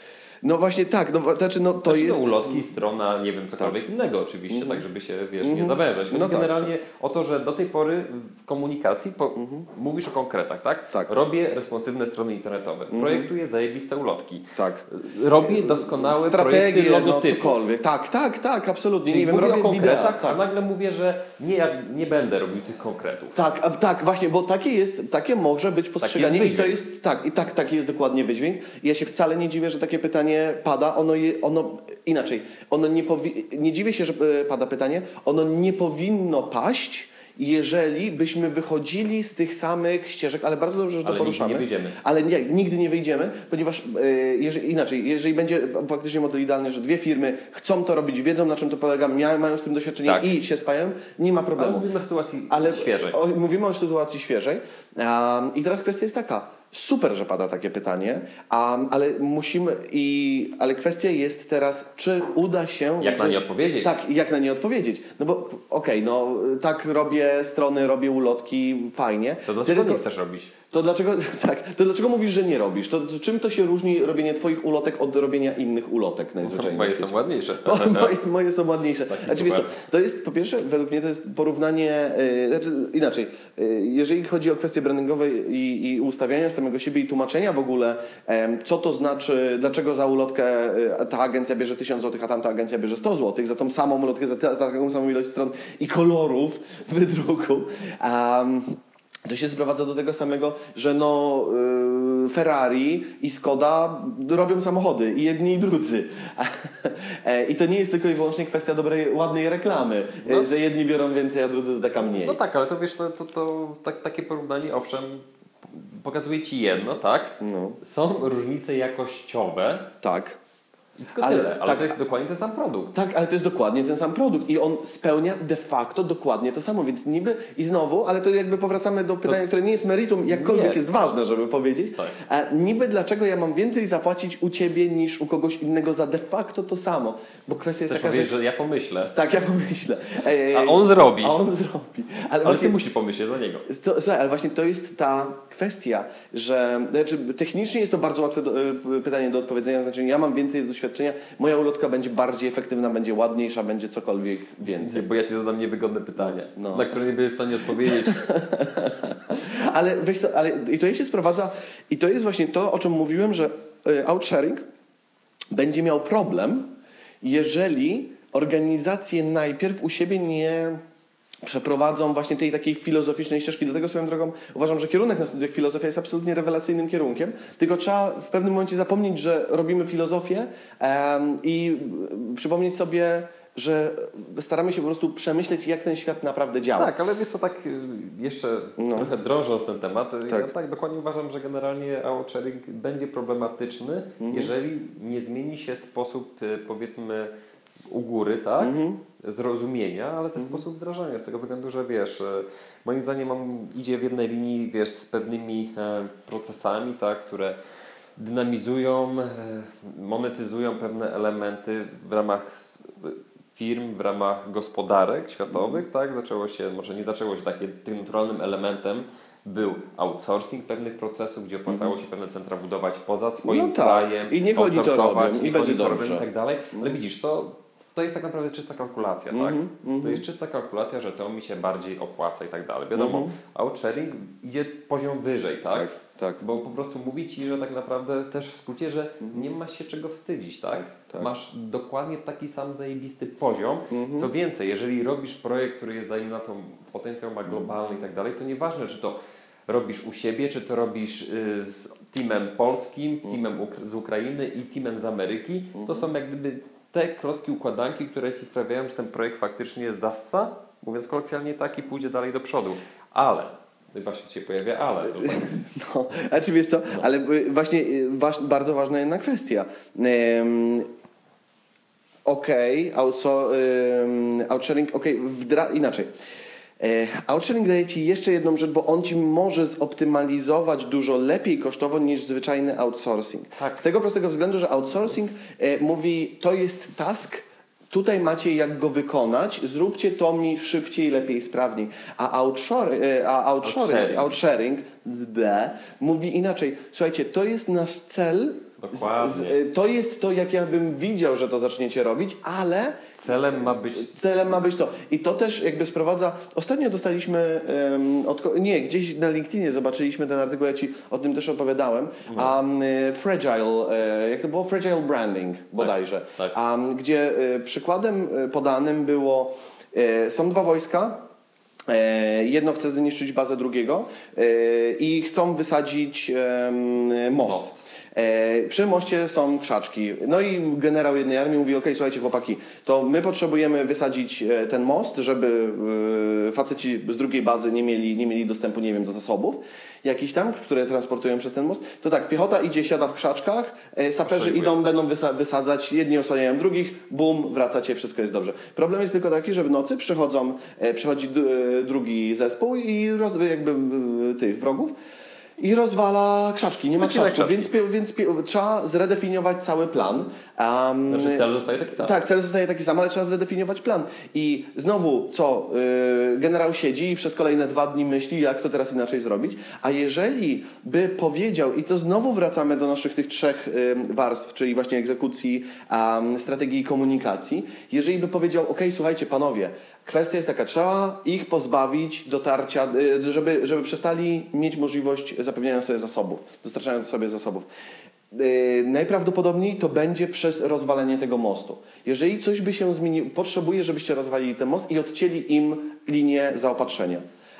No właśnie tak, no, znaczy no to znaczy, jest... No, ulotki, strona, nie wiem, cokolwiek tak. innego oczywiście, mm. tak żeby się, wiesz, mm. nie zawężać. Chodzi no generalnie tak, tak. o to, że do tej pory w komunikacji po, mm. mówisz o konkretach, tak? tak? Robię responsywne strony internetowe, mm. projektuję zajebiste ulotki, tak. robię doskonałe strategie, projekty logotypów. No, cokolwiek. Tak, tak, tak, absolutnie. Czyli nie wiem, mówię robię o konkretach, wideo, tak. a nagle mówię, że nie, ja nie będę robił tych konkretów. Tak, a, tak, właśnie, bo takie jest, takie może być postrzeganie jest i to jest, tak, i tak, taki jest dokładnie wydźwięk. I ja się wcale nie dziwię, że takie pytanie pada, ono, je, ono inaczej, ono nie powi- nie dziwię się, że pada pytanie, ono nie powinno paść, jeżeli byśmy wychodzili z tych samych ścieżek, ale bardzo dobrze, że to ale poruszamy. Ale nigdy nie wyjdziemy. Ale nie, nigdy nie wyjdziemy, ponieważ yy, jeżeli, inaczej, jeżeli będzie faktycznie model idealny, że dwie firmy chcą to robić, wiedzą na czym to polega, mia, mają z tym doświadczenie tak. i się spajają, nie ma problemu. Ale mówimy o sytuacji ale, świeżej. O, mówimy o sytuacji świeżej. Um, I teraz kwestia jest taka. Super, że pada takie pytanie, um, ale musimy i ale kwestia jest teraz, czy uda się... Jak z... na nie odpowiedzieć. Tak, jak na nie odpowiedzieć. No bo okej, okay, no tak robię strony, robię ulotki, fajnie. To dlaczego Tylko, nie chcesz robić? To dlaczego, tak, to dlaczego mówisz, że nie robisz? To, to czym to się różni robienie twoich ulotek od robienia innych ulotek najzwyczajniej? Moje są ładniejsze. O, moje, moje są ładniejsze. Taki znaczy, to jest, po pierwsze, według mnie to jest porównanie, yy, znaczy inaczej, yy, jeżeli chodzi o kwestie brandingowe i, i ustawiania samego siebie i tłumaczenia w ogóle, yy, co to znaczy, dlaczego za ulotkę yy, ta agencja bierze tysiąc złotych, a tamta agencja bierze sto złotych, za tą samą ulotkę, za, ta, za taką samą ilość stron i kolorów wydruku. Um, To się sprowadza do tego samego, że no yy, Ferrari i Skoda robią samochody i jedni i drudzy. I to nie jest tylko i wyłącznie kwestia dobrej, ładnej reklamy, no. że jedni biorą więcej, a drudzy zdeka mniej. No tak, ale to wiesz, to, to, to tak, takie porównanie, owszem, pokazuje Ci jedno, tak? No. Są różnice jakościowe. Tak. I tylko ale, tyle, ale tak, to jest dokładnie ten sam produkt. Tak, ale to jest dokładnie ten sam produkt i on spełnia de facto dokładnie to samo, więc niby i znowu, ale to jakby powracamy do pytania, to... które nie jest meritum, jakkolwiek nie. jest ważne, żeby powiedzieć, tak. a niby dlaczego ja mam więcej zapłacić u Ciebie niż u kogoś innego za de facto to samo, bo kwestia jest Chcesz taka, powiedzieć, że... że ja pomyślę. Tak, ja pomyślę. Ej, ej, a on zrobi. A on zrobi. Ale, ale właśnie, Ty musisz pomyśleć za niego. To, słuchaj, ale właśnie to jest ta kwestia, że znaczy, technicznie jest to bardzo łatwe do, pytanie do odpowiedzenia, znaczy ja mam więcej doświadczenia, moja ulotka będzie bardziej efektywna, będzie ładniejsza, będzie cokolwiek więcej. Nie, bo ja Ci zadam niewygodne pytania, no. na które nie będziesz w stanie odpowiedzieć. ale wiesz co, ale i to się sprowadza, i to jest właśnie to, o czym mówiłem, że y, outsharing będzie miał problem, jeżeli organizacje najpierw u siebie nie przeprowadzą właśnie tej takiej filozoficznej ścieżki. Dlatego swoją drogą uważam, że kierunek na studiach filozofia jest absolutnie rewelacyjnym kierunkiem, tylko trzeba w pewnym momencie zapomnieć, że robimy filozofię um, i przypomnieć sobie, że staramy się po prostu przemyśleć, jak ten świat naprawdę działa. Tak, ale wiesz co, tak jeszcze no. trochę drążąc ten temat, tak. ja tak dokładnie uważam, że generalnie outsharing będzie problematyczny, mhm. jeżeli nie zmieni się sposób, powiedzmy, u góry, tak? Mhm. Zrozumienia, ale też mhm. sposób wdrażania, z tego względu, że wiesz, moim zdaniem on idzie w jednej linii, wiesz, z pewnymi e, procesami, tak, które dynamizują, e, monetyzują pewne elementy w ramach firm, w ramach gospodarek światowych, tak? Zaczęło się, może nie zaczęło się takie, tym naturalnym elementem był outsourcing pewnych procesów, gdzie opłacało mm. się pewne centra budować poza swoim no tak. krajem, i niech oni to robią, i będzie dobrze. I tak dalej. Ale widzisz, to, to jest tak naprawdę czysta kalkulacja, mm-hmm. tak? Mm-hmm. To jest czysta kalkulacja, że to mi się bardziej opłaca i tak dalej. Wiadomo, mm-hmm. outsharing idzie poziom wyżej, tak? tak? Tak. Bo po prostu mówi Ci, że tak naprawdę też w skrócie, że mm-hmm. nie masz się czego wstydzić, tak? tak? Masz dokładnie taki sam zajebisty poziom. Mm-hmm. Co więcej, jeżeli robisz projekt, który jest, dajmy na to, potencjał ma globalny i tak dalej, to nieważne, czy to robisz u siebie, czy to robisz y, z teamem polskim, mm-hmm. teamem Uk- z Ukrainy i teamem z Ameryki, mm-hmm. to są jak gdyby te klocki układanki, które Ci sprawiają, że ten projekt faktycznie zassa, mówiąc kolokwialnie, tak, i pójdzie dalej do przodu. Ale właśnie się pojawia ale. No, a czy wiesz co, no. ale właśnie waż, bardzo ważna jedna kwestia. Um, Okej, okay, um, outsharing, okej, okay, inaczej. E, outsharing daje Ci jeszcze jedną rzecz, bo on Ci może zoptymalizować dużo lepiej kosztowo niż zwyczajny outsourcing. Tak. Z tego prostego względu, że outsourcing e, mówi, to jest task, tutaj macie jak go wykonać, zróbcie to mi szybciej, lepiej, sprawniej. A, outshore, a outshoring, outsharing bleh, mówi inaczej. Słuchajcie, to jest nasz cel, Dokładnie. Z, z, to jest to, jak ja bym widział, że to zaczniecie robić, ale... Celem ma być... Celem ma być to. I to też jakby sprowadza... Ostatnio dostaliśmy... Um, od, nie, gdzieś na LinkedInie zobaczyliśmy ten artykuł, ja Ci o tym też opowiadałem. No. Um, fragile, jak to było? Fragile branding bodajże. Tak, tak. Um, gdzie przykładem podanym było... Są dwa wojska. Jedno chce zniszczyć bazę drugiego i chcą wysadzić most. No. Przy moście są krzaczki. No i generał jednej armii mówi, ok, słuchajcie chłopaki, to my potrzebujemy wysadzić ten most, żeby faceci z drugiej bazy nie mieli, nie mieli dostępu, nie wiem, do zasobów jakichś tam, które transportują przez ten most. To tak, piechota idzie, siada w krzaczkach, saperzy idą, będą wysa- wysadzać, jedni osłaniają drugich, bum, wracacie, wszystko jest dobrze. Problem jest tylko taki, że w nocy przychodzą, przychodzi drugi zespół i roz, jakby tych wrogów i rozwala krzaczki, nie ma krzaczków, więc, więc trzeba zredefiniować cały plan. Um, znaczy cel zostaje taki sam. Tak, cel zostaje taki sam, ale trzeba zredefiniować plan. I znowu, co, yy, generał siedzi i przez kolejne dwa dni myśli, jak to teraz inaczej zrobić, a jeżeli by powiedział, i to znowu wracamy do naszych tych trzech yy, warstw, czyli właśnie egzekucji, um, strategii i komunikacji, jeżeli by powiedział, ok, słuchajcie panowie, kwestia jest taka, trzeba ich pozbawić dotarcia, żeby, żeby przestali mieć możliwość zapewniania sobie zasobów, dostarczania sobie zasobów. Yy, najprawdopodobniej to będzie przez rozwalenie tego mostu. Jeżeli coś by się zmieniło, potrzebuję, żebyście rozwalili ten most i odcięli im linię zaopatrzenia.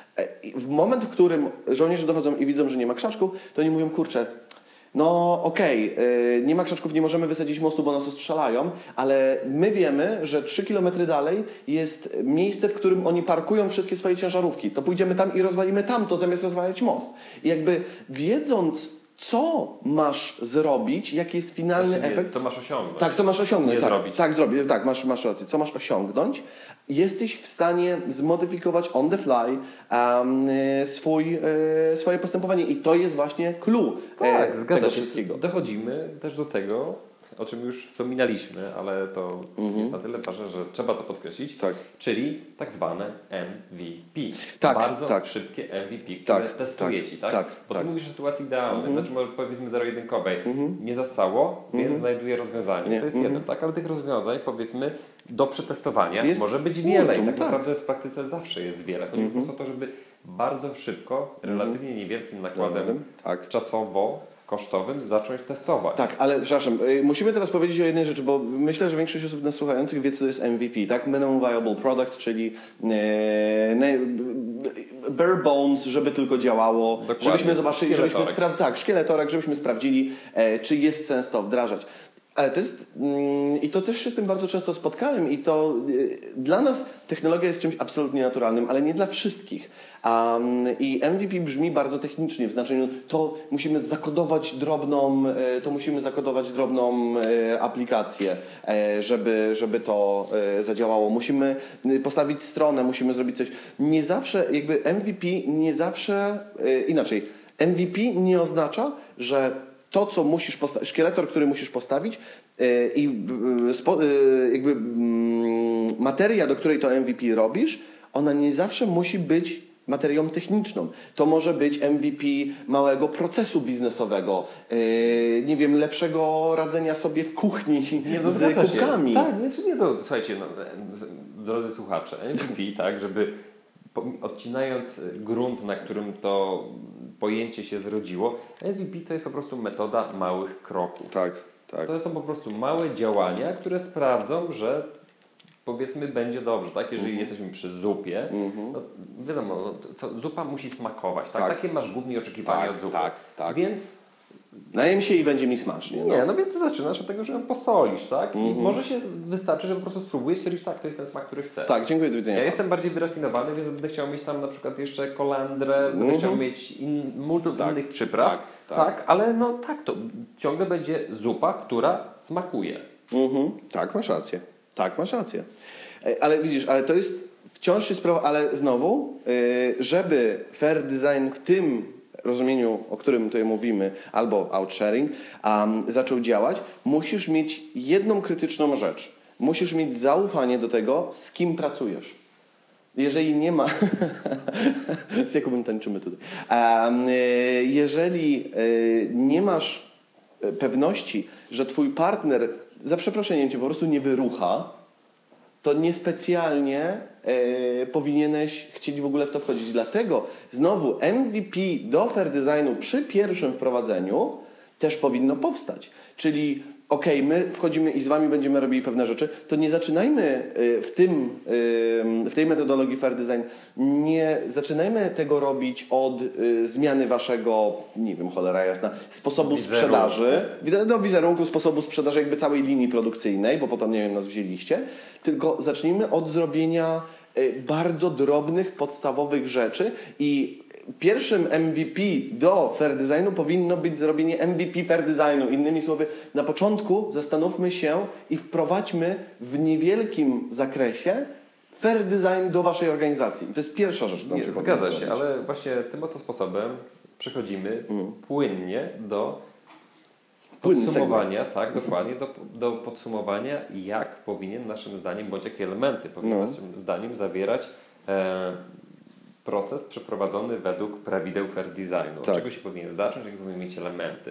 W moment, w którym żołnierze dochodzą i widzą, że nie ma krzaczków, to oni mówią, kurczę, no okej, okay, yy, nie ma krzaczków, nie możemy wysadzić mostu, bo nas ostrzelają, ale my wiemy, że trzy kilometry dalej jest miejsce, w którym oni parkują wszystkie swoje ciężarówki. To pójdziemy tam i rozwalimy tamto, zamiast rozwalać most. I jakby wiedząc, co masz zrobić, jaki jest finalny znaczy, efekt. Co masz osiągnąć. Tak, co masz osiągnąć. Nie tak, zrobić. Tak, zrobić. Tak, masz, masz rację. Co masz osiągnąć? Jesteś w stanie zmodyfikować on the fly um, swój, e, swoje postępowanie. I to jest właśnie clue tak, e, zgadza tego się. wszystkiego. Dochodzimy też do tego, o czym już wspominaliśmy, ale to mm-hmm. jest na tyle ważne, że trzeba to podkreślić, tak. czyli tak zwane M V P. Tak, Bardzo tak. szybkie M V P, które tak, testujecie, tak? tak? Bo tak. ty mówisz o sytuacji idealnej, mm-hmm. znaczy może powiedzmy zero-jedynkowej. Mm-hmm. Nie zastało, mm-hmm. więc znajduję rozwiązanie. Nie. To jest mm-hmm. jedno, tak? Ale tych rozwiązań powiedzmy do przetestowania jest może być wiele i tak, tak naprawdę w praktyce zawsze jest wiele. Chodzi mm-hmm. po prostu o to, żeby bardzo szybko, relatywnie niewielkim nakładem mm-hmm. tak. czasowo kosztowym zacząć testować. Tak, ale przepraszam, musimy teraz powiedzieć o jednej rzeczy, bo myślę, że większość osób nas słuchających wie, co to jest M V P, tak? Minimum Viable Product, czyli e, bare bones, żeby tylko działało, dokładnie. Żebyśmy zobaczyli, żebyśmy spra- tak, szkieletorek, żebyśmy sprawdzili, e, czy jest sens to wdrażać. Ale to jest, mm, i to też się z tym bardzo często spotkałem i to y, dla nas technologia jest czymś absolutnie naturalnym, ale nie dla wszystkich. Um, I M V P brzmi bardzo technicznie, w znaczeniu to musimy zakodować drobną, y, to musimy zakodować drobną y, aplikację, y, żeby, żeby to y, zadziałało. Musimy y, postawić stronę, musimy zrobić coś. Nie zawsze, jakby M V P nie zawsze, y, inaczej, M V P nie oznacza, że to, co musisz postawić, szkieletor, który musisz postawić yy, i yy, spo, yy, jakby yy, materia, do której to M V P robisz, ona nie zawsze musi być materią techniczną. To może być M V P małego procesu biznesowego, yy, nie wiem, lepszego radzenia sobie w kuchni nie, no, z kubkami. Się. Tak, nie, czy nie to, słuchajcie, no, drodzy słuchacze, M V P, tak, żeby odcinając grunt, na którym to pojęcie się zrodziło, M V P to jest po prostu metoda małych kroków. Tak, tak. To są po prostu małe działania, które sprawdzą, że powiedzmy będzie dobrze, tak? Jeżeli mm-hmm. jesteśmy przy zupie, mm-hmm. no, wiadomo, no, co, zupa musi smakować, tak? Tak. Takie masz głównie oczekiwania tak, od zupy. Tak, tak. Więc najem się i będzie mi smacznie. Nie, no, no więc zaczynasz od tego, że ją posolisz, tak? I mm-hmm. może się wystarczy, że po prostu spróbujesz, stwierdzisz, tak, to jest ten smak, który chcę. Tak, dziękuję, do widzenia. Ja jestem bardziej wyrafinowany, więc będę chciał mieć tam na przykład jeszcze kolendrę, mm-hmm. będę chciał mieć in, multum tak, innych przypraw, tak, tak. tak, ale no tak, to ciągle będzie zupa, która smakuje. Mm-hmm. Tak, masz rację. Tak, masz rację. Ale widzisz, ale to jest wciąż jest sprawa, ale znowu, żeby fair design w tym rozumieniu, o którym tutaj mówimy, albo outsharing, um, zaczął działać, musisz mieć jedną krytyczną rzecz. Musisz mieć zaufanie do tego, z kim pracujesz. Jeżeli nie ma... z Jakubem tańczymy tutaj. Um, jeżeli nie masz pewności, że twój partner, za przeproszeniem cię po prostu nie wyrucha, to niespecjalnie e, powinieneś chcieć w ogóle w to wchodzić. Dlatego znowu M V P do fair designu przy pierwszym wprowadzeniu też powinno powstać. Czyli okej, okay, my wchodzimy i z wami będziemy robili pewne rzeczy, to nie zaczynajmy w tym, w tej metodologii fair design, nie zaczynajmy tego robić od zmiany waszego, nie wiem, cholera jasna, sposobu wizerunku. sprzedaży, do wizerunku, sposobu sprzedaży jakby całej linii produkcyjnej, bo potem, nie wiem, nas wzięliście, tylko zacznijmy od zrobienia bardzo drobnych, podstawowych rzeczy i pierwszym M V P do fair designu powinno być zrobienie M V P fair designu. Innymi słowy, na początku zastanówmy się i wprowadźmy w niewielkim zakresie fair design do waszej organizacji. I to jest pierwsza rzecz, którą Nie, się zgadza się, ale właśnie tym oto sposobem przechodzimy mm. płynnie do podsumowania, tak, dokładnie, do, do podsumowania, jak powinien naszym zdaniem, bądź jakie elementy powinien no. naszym zdaniem zawierać e, proces przeprowadzony według prawideł fair designu. Tak. Od czego się powinien zacząć, jakie powinien mieć elementy.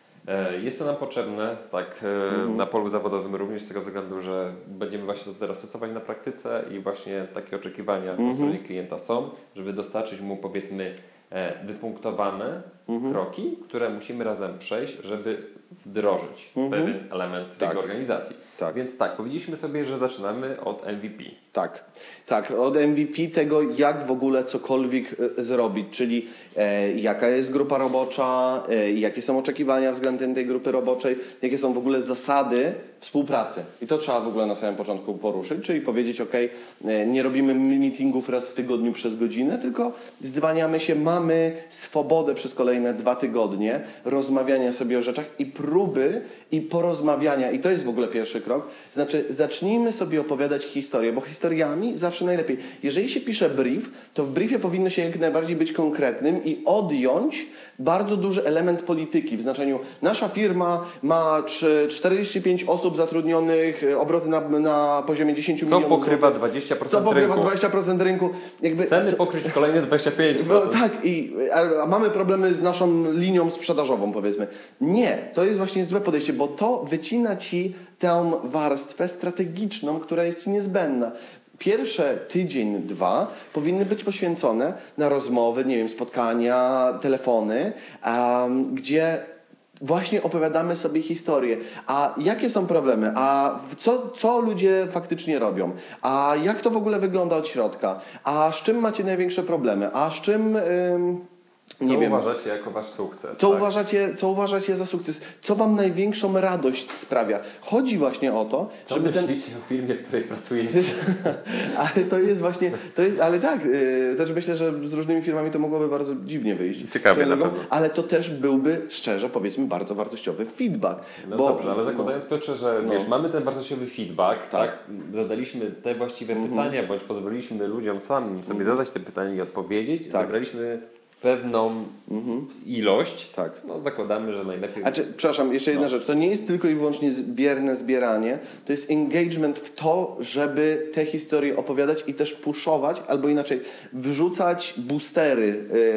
E, jest to nam potrzebne, tak, e, mhm. na polu zawodowym również z tego względu, że będziemy właśnie to teraz stosować na praktyce i właśnie takie oczekiwania mhm. po stronie klienta są, żeby dostarczyć mu, powiedzmy, e, wypunktowane mhm. kroki, które musimy razem przejść, żeby wdrożyć mhm. pewien element tak. tej organizacji. Tak. Więc tak, powiedzieliśmy sobie, że zaczynamy od M V P. Tak, tak, od M V P tego, jak w ogóle cokolwiek e, zrobić, czyli e, jaka jest grupa robocza, e, jakie są oczekiwania względem tej grupy roboczej, jakie są w ogóle zasady współpracy. I to trzeba w ogóle na samym początku poruszyć, czyli powiedzieć, ok, e, nie robimy meetingów raz w tygodniu przez godzinę, tylko zdwaniamy się, mamy swobodę przez kolejne dwa tygodnie rozmawiania sobie o rzeczach i próby i porozmawiania. I to jest w ogóle pierwszy krok. Znaczy, zacznijmy sobie opowiadać historię, bo historiami zawsze najlepiej. Jeżeli się pisze brief, to w briefie powinno się jak najbardziej być konkretnym i odjąć bardzo duży element polityki. W znaczeniu, nasza firma ma czterdzieści pięć osób zatrudnionych, obroty na, na poziomie dziesięć milionów. Co pokrywa dwadzieścia procent Co pokrywa rynku. dwadzieścia procent rynku. Jakby Chcemy to, pokryć kolejne dwadzieścia pięć procent. No, tak, i, a, a mamy problemy z naszą linią sprzedażową, powiedzmy. Nie, to jest właśnie złe podejście, bo to wycina ci tę warstwę strategiczną, która jest ci niezbędna. Pierwsze tydzień, dwa powinny być poświęcone na rozmowy, nie wiem, spotkania, telefony, um, gdzie właśnie opowiadamy sobie historię. A jakie są problemy? A co, co ludzie faktycznie robią? A jak to w ogóle wygląda od środka? A z czym macie największe problemy? A z czym... Ym, Nie co wiem. uważacie jako wasz sukces? Co, tak? uważacie, co uważacie za sukces? Co wam największą radość sprawia? Chodzi właśnie o to, co żeby ten... myślicie o firmie, w której pracujecie? Ale to jest właśnie... To jest, ale tak, yy, też myślę, że z różnymi firmami to mogłoby bardzo dziwnie wyjść. Ciekawie na pewno. Ale to też byłby, szczerze powiedzmy, bardzo wartościowy feedback. No bo, dobrze, ale zakładając, no, Piotrze, że no. wiesz, mamy ten wartościowy feedback, tak? tak? Zadaliśmy te właściwe mhm. pytania, bądź pozwoliliśmy ludziom samym sobie mhm. zadać te pytania i odpowiedzieć, tak. Zabraliśmy pewną mhm. ilość, tak. No zakładamy, że najlepiej... A czy, przepraszam, jeszcze jedna no. rzecz. To nie jest tylko i wyłącznie bierne zbieranie, to jest engagement w to, żeby te historie opowiadać i też puszować, albo inaczej, wrzucać boostery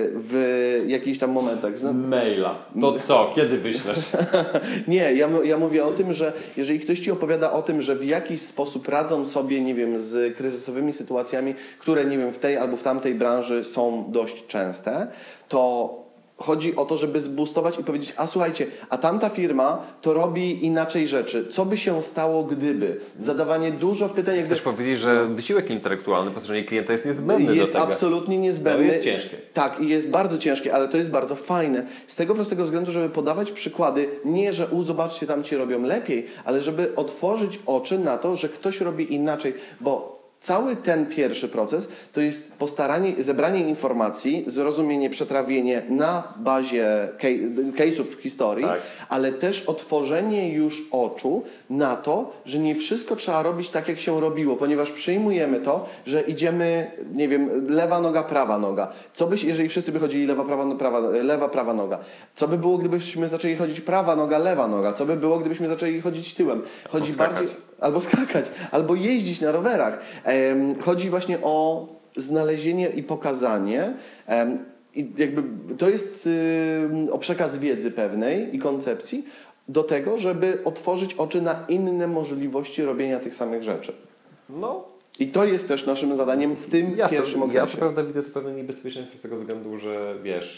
w jakichś tam momentach. Maila. To co? Kiedy wyślesz? Nie, ja, ja mówię o tym, że jeżeli ktoś ci opowiada o tym, że w jakiś sposób radzą sobie, nie wiem, z kryzysowymi sytuacjami, które, nie wiem, w tej albo w tamtej branży są dość częste, to chodzi o to, żeby zboostować i powiedzieć, a słuchajcie, a tamta firma to robi inaczej rzeczy. Co by się stało, gdyby? Zadawanie dużo pytań. Chcesz jakby... powiedzieć, że wysiłek intelektualny po stronie klienta jest niezbędny Jest do tego. absolutnie niezbędny. To jest ciężkie. Tak, i jest bardzo ciężkie, ale to jest bardzo fajne. Z tego prostego względu, żeby podawać przykłady, nie, że u, zobaczcie, tam ci robią lepiej, ale żeby otworzyć oczy na to, że ktoś robi inaczej, bo cały ten pierwszy proces to jest postaranie, zebranie informacji, zrozumienie, przetrawienie na bazie case'ów w historii, tak. ale też otworzenie już oczu na to, że nie wszystko trzeba robić tak, jak się robiło, ponieważ przyjmujemy to, że idziemy, nie wiem, lewa noga, prawa noga. Co by, jeżeli wszyscy by chodzili lewa, prawa, prawa, lewa, prawa noga? Co by było, gdybyśmy zaczęli chodzić prawa noga, lewa noga? Co by było, gdybyśmy zaczęli chodzić tyłem? Chodzi bardziej... Albo skakać, albo jeździć na rowerach. Um, chodzi właśnie o znalezienie i pokazanie. Um, i jakby to jest um, o przekaz wiedzy pewnej i koncepcji do tego, żeby otworzyć oczy na inne możliwości robienia tych samych rzeczy. No. I to jest też naszym zadaniem w tym ja pierwszym to, okresie. Ja to prawda widzę to pewne niebezpieczeństwo z tego względu, że wiesz,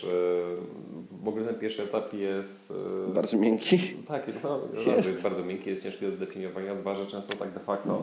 w ogóle ten pierwszy etap jest... Bardzo miękki. Tak, no, jest. jest bardzo miękki, jest ciężki do zdefiniowania. Dwa, że często tak de facto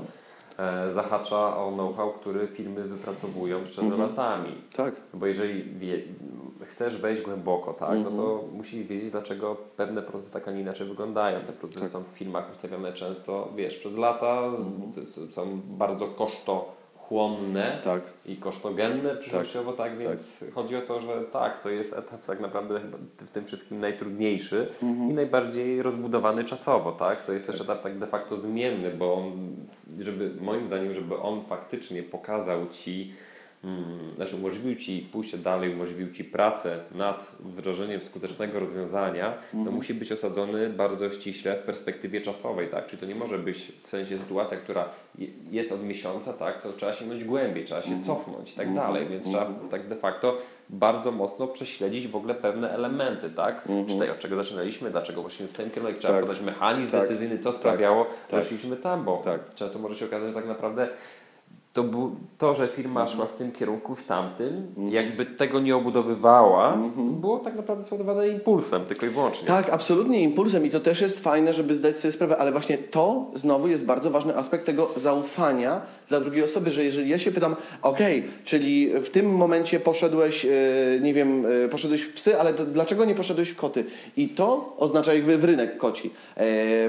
e, zahacza o know-how, który firmy wypracowują szczerze mm-hmm. latami. Tak. Bo jeżeli wie, chcesz wejść głęboko, tak, mm-hmm. no to musisz wiedzieć, dlaczego pewne procesy tak, a nie inaczej wyglądają. Te procesy tak. są w firmach ustawione często, wiesz, przez lata, mm-hmm. są bardzo kosztochłonne tak. i kosztogenne przyszłościowo, tak, tak więc tak. chodzi o to, że tak, to jest etap tak naprawdę w tym wszystkim najtrudniejszy mm-hmm. i najbardziej rozbudowany czasowo, tak. To jest też etap tak de facto zmienny, bo on, żeby, moim zdaniem, żeby on faktycznie pokazał Ci, Hmm, znaczy umożliwił Ci pójście dalej, umożliwił Ci pracę nad wdrożeniem skutecznego rozwiązania, mm. to musi być osadzony bardzo ściśle w perspektywie czasowej, tak? Czyli to nie może być w sensie sytuacja, która jest od miesiąca, tak? To trzeba sięgnąć głębiej, trzeba się mm. cofnąć i tak mm. dalej, więc mm. trzeba tak de facto bardzo mocno prześledzić w ogóle pewne elementy, tak? Mm-hmm. Tutaj od czego zaczynaliśmy, dlaczego właśnie w tym kierunku, trzeba tak. podać mechanizm tak. decyzyjny, co sprawiało, tak. że szliśmy tam, bo tak. często może się okazać, że tak naprawdę to, był, to, że firma szła w tym kierunku, w tamtym, mm. jakby tego nie obudowywała, mm-hmm. było tak naprawdę spowodowane impulsem, tylko i wyłącznie. Tak, absolutnie impulsem i to też jest fajne, żeby zdać sobie sprawę, ale właśnie to znowu jest bardzo ważny aspekt tego zaufania dla drugiej osoby, że jeżeli ja się pytam, okej, okay, czyli w tym momencie poszedłeś, yy, nie wiem, yy, poszedłeś w psy, ale to dlaczego nie poszedłeś w koty? I to oznacza jakby w rynek koci. Yy,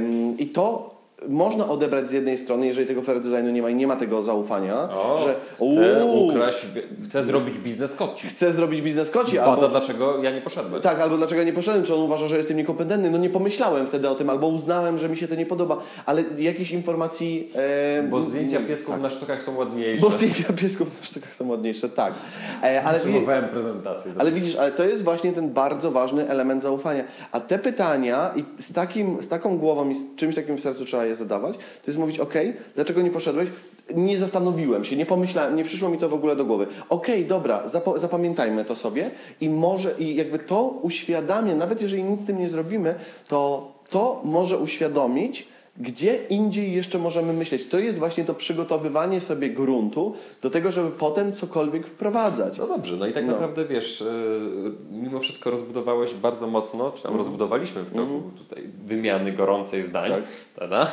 I to można odebrać z jednej strony, jeżeli tego fair designu nie ma i nie ma tego zaufania, o, że chcę ukraść, chcę zrobić biznes koci. Chcę zrobić biznes koci. Albo to dlaczego ja nie poszedłem. Tak, albo dlaczego ja nie poszedłem, czy on uważa, że jestem niekompetentny. No nie pomyślałem wtedy o tym, albo uznałem, że mi się to nie podoba, ale jakiejś informacji... E, Bo zdjęcia piesków tak. na sztukach są ładniejsze. Bo zdjęcia piesków na sztukach są ładniejsze, tak. E, ale Próbowałem prezentację. Ale widzisz, ale to jest właśnie ten bardzo ważny element zaufania. A te pytania i z, takim, z taką głową i z czymś takim w sercu trzeba je zadawać, to jest mówić, okej, okay, dlaczego nie poszedłeś? Nie zastanowiłem się, nie pomyślałem, nie przyszło mi to w ogóle do głowy. Okej, okay, dobra, zap- zapamiętajmy to sobie i może, i jakby to uświadamia, nawet jeżeli nic z tym nie zrobimy, to to może uświadomić, gdzie indziej jeszcze możemy myśleć. To jest właśnie to przygotowywanie sobie gruntu do tego, żeby potem cokolwiek wprowadzać. No dobrze, no i tak no. naprawdę wiesz, mimo wszystko rozbudowałeś bardzo mocno, czy tam mm. rozbudowaliśmy w toku mm. tutaj wymiany gorącej zdań, tak. Tada?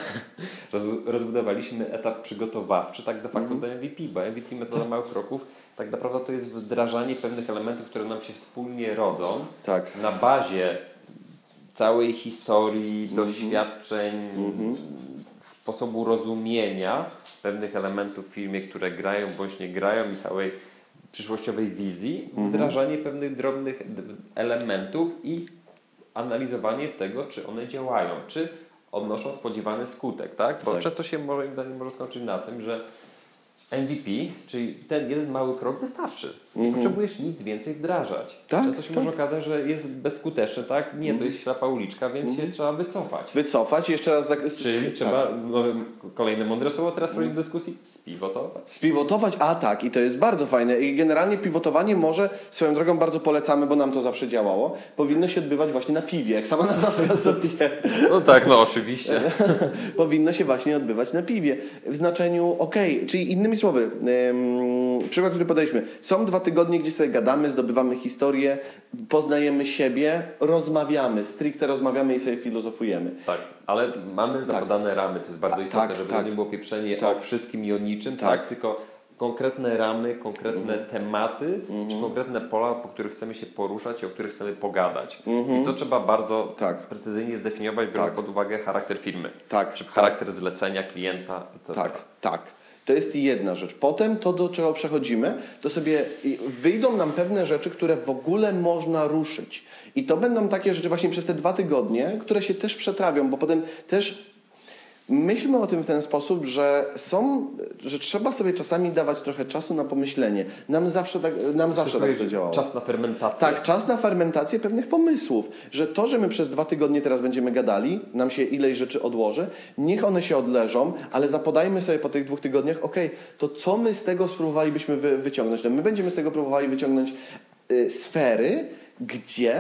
Rozbudowaliśmy etap przygotowawczy, tak de facto mm. do M V P, bo M V P metoda tak. małych kroków, tak naprawdę to jest wdrażanie pewnych elementów, które nam się wspólnie rodzą tak. na bazie całej historii, mm-hmm. doświadczeń, mm-hmm. sposobu rozumienia pewnych elementów w filmie, które grają bądź nie grają i całej przyszłościowej wizji, mm-hmm. wdrażanie pewnych drobnych elementów i analizowanie tego, czy one działają, czy odnoszą spodziewany skutek, tak? Bo tak. często się moim zdaniem może skończyć na tym, że M V P, czyli ten jeden mały krok wystarczy. Nie mm-hmm. potrzebujesz nic więcej wdrażać. Tak, Często się tak. może okazać, że jest bezskuteczny, tak? Nie, mm-hmm. to jest ślepa uliczka, więc mm-hmm. się trzeba wycofać. Wycofać i jeszcze raz... Zak- Czyli tak. trzeba, no, kolejne mądre słowo teraz mm. w dyskusji, spiwotować. Spiwotować, a tak, i to jest bardzo fajne. I generalnie pivotowanie może, swoją drogą bardzo polecamy, bo nam to zawsze działało, powinno się odbywać właśnie na piwie, jak sama nazwa wskazuje. No tak, no oczywiście. Powinno się właśnie odbywać na piwie. W znaczeniu, okej, okay, czyli innymi słowy, ym, przykład, który podaliśmy. Są dwa tygodnie, gdzie sobie gadamy, zdobywamy historię, poznajemy siebie, rozmawiamy, stricte rozmawiamy i sobie filozofujemy. Tak, ale mamy zakładane tak. ramy, to jest bardzo istotne, tak, żeby tak. to nie było pieprzenie tak. o wszystkim i o niczym, tak, tak tylko konkretne ramy, konkretne mm. tematy, mm-hmm. czy konkretne pola, po których chcemy się poruszać i o których chcemy pogadać. Mm-hmm. I to trzeba bardzo tak. precyzyjnie zdefiniować, biorąc tak. pod uwagę charakter firmy, tak. czy charakter tak. zlecenia, klienta, et cetera. Tak, tak. To jest jedna rzecz. Potem to, do czego przechodzimy, to sobie wyjdą nam pewne rzeczy, które w ogóle można ruszyć. I to będą takie rzeczy właśnie przez te dwa tygodnie, które się też przetrawią, bo potem też myślmy o tym w ten sposób, że są, że trzeba sobie czasami dawać trochę czasu na pomyślenie. Nam zawsze tak, nam zawsze tak to działało. Czas na fermentację. Tak, czas na fermentację pewnych pomysłów. Że to, że my przez dwa tygodnie teraz będziemy gadali, nam się ileś rzeczy odłoży, niech one się odleżą, ale zapodajmy sobie po tych dwóch tygodniach, okej, okay, to co my z tego spróbowalibyśmy wy, wyciągnąć? No my będziemy z tego próbowali wyciągnąć y, sfery, gdzie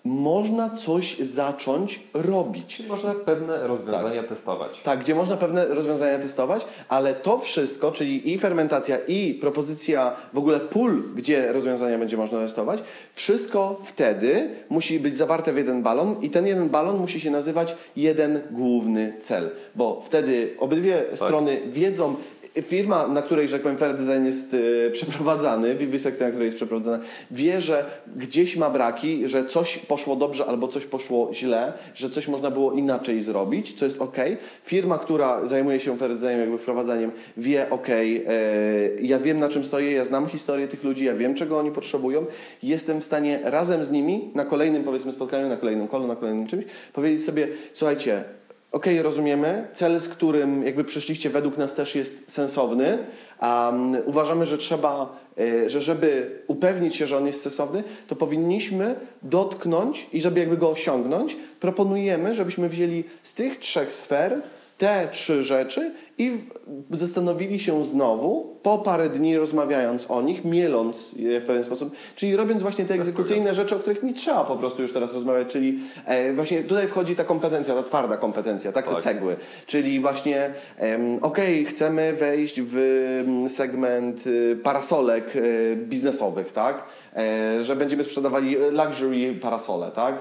można coś zacząć robić. Czyli można pewne rozwiązania tak. testować. Tak, gdzie można pewne rozwiązania testować, ale to wszystko, czyli i fermentacja, i propozycja w ogóle pól, gdzie rozwiązania będzie można testować, wszystko wtedy musi być zawarte w jeden balon i ten jeden balon musi się nazywać jeden główny cel, bo wtedy obydwie tak. strony wiedzą, firma, na której, że tak powiem, fair design jest y, przeprowadzany, wisekcja, na której jest przeprowadzana, wie, że gdzieś ma braki, że coś poszło dobrze albo coś poszło źle, że coś można było inaczej zrobić, co jest ok. Firma, która zajmuje się fair designem, jakby wprowadzaniem, wie, ok, y, ja wiem, na czym stoję, ja znam historię tych ludzi, ja wiem, czego oni potrzebują, jestem w stanie razem z nimi na kolejnym, powiedzmy, spotkaniu, na kolejnym kolu, na kolejnym czymś, powiedzieć sobie, słuchajcie, okej, okay, rozumiemy. Cel, z którym jakby przyszliście, według nas też jest sensowny. Um, uważamy, że trzeba, y, że żeby upewnić się, że on jest sensowny, to powinniśmy dotknąć i żeby jakby go osiągnąć, proponujemy, żebyśmy wzięli z tych trzech sfer te trzy rzeczy i zastanowili się znowu, po parę dni rozmawiając o nich, mieląc je w pewien sposób, czyli robiąc właśnie te egzekucyjne rzeczy, o których nie trzeba po prostu już teraz rozmawiać, czyli e, właśnie tutaj wchodzi ta kompetencja, ta twarda kompetencja, tak, te tak. cegły, czyli właśnie e, okej, okay, chcemy wejść w segment e, parasolek e, biznesowych, tak, e, że będziemy sprzedawali luxury parasole, tak,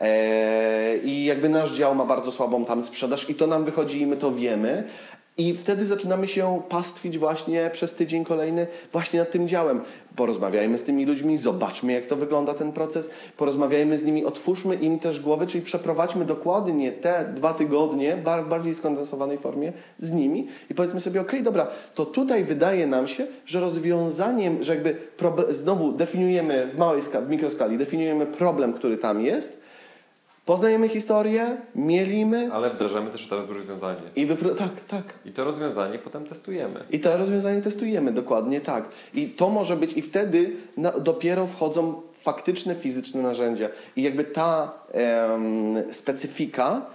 e, i jakby nasz dział ma bardzo słabą tam sprzedaż i to nam wychodzi i my to wiemy. I wtedy zaczynamy się pastwić właśnie przez tydzień kolejny właśnie nad tym działem. Porozmawiajmy z tymi ludźmi, zobaczmy, jak to wygląda ten proces, porozmawiajmy z nimi, otwórzmy im też głowy, czyli przeprowadźmy dokładnie te dwa tygodnie w bardziej skondensowanej formie z nimi i powiedzmy sobie, okej, okay, dobra, to tutaj wydaje nam się, że rozwiązaniem, że jakby prob- znowu definiujemy w małej skali, w mikroskali, definiujemy problem, który tam jest, poznajemy historię, mielimy. Ale wdrażamy też teraz rozwiązanie. I wypro- tak, tak. I to rozwiązanie potem testujemy. I to rozwiązanie testujemy, dokładnie tak. I to może być, i wtedy na, dopiero wchodzą faktyczne, fizyczne narzędzia. I jakby ta em, specyfika,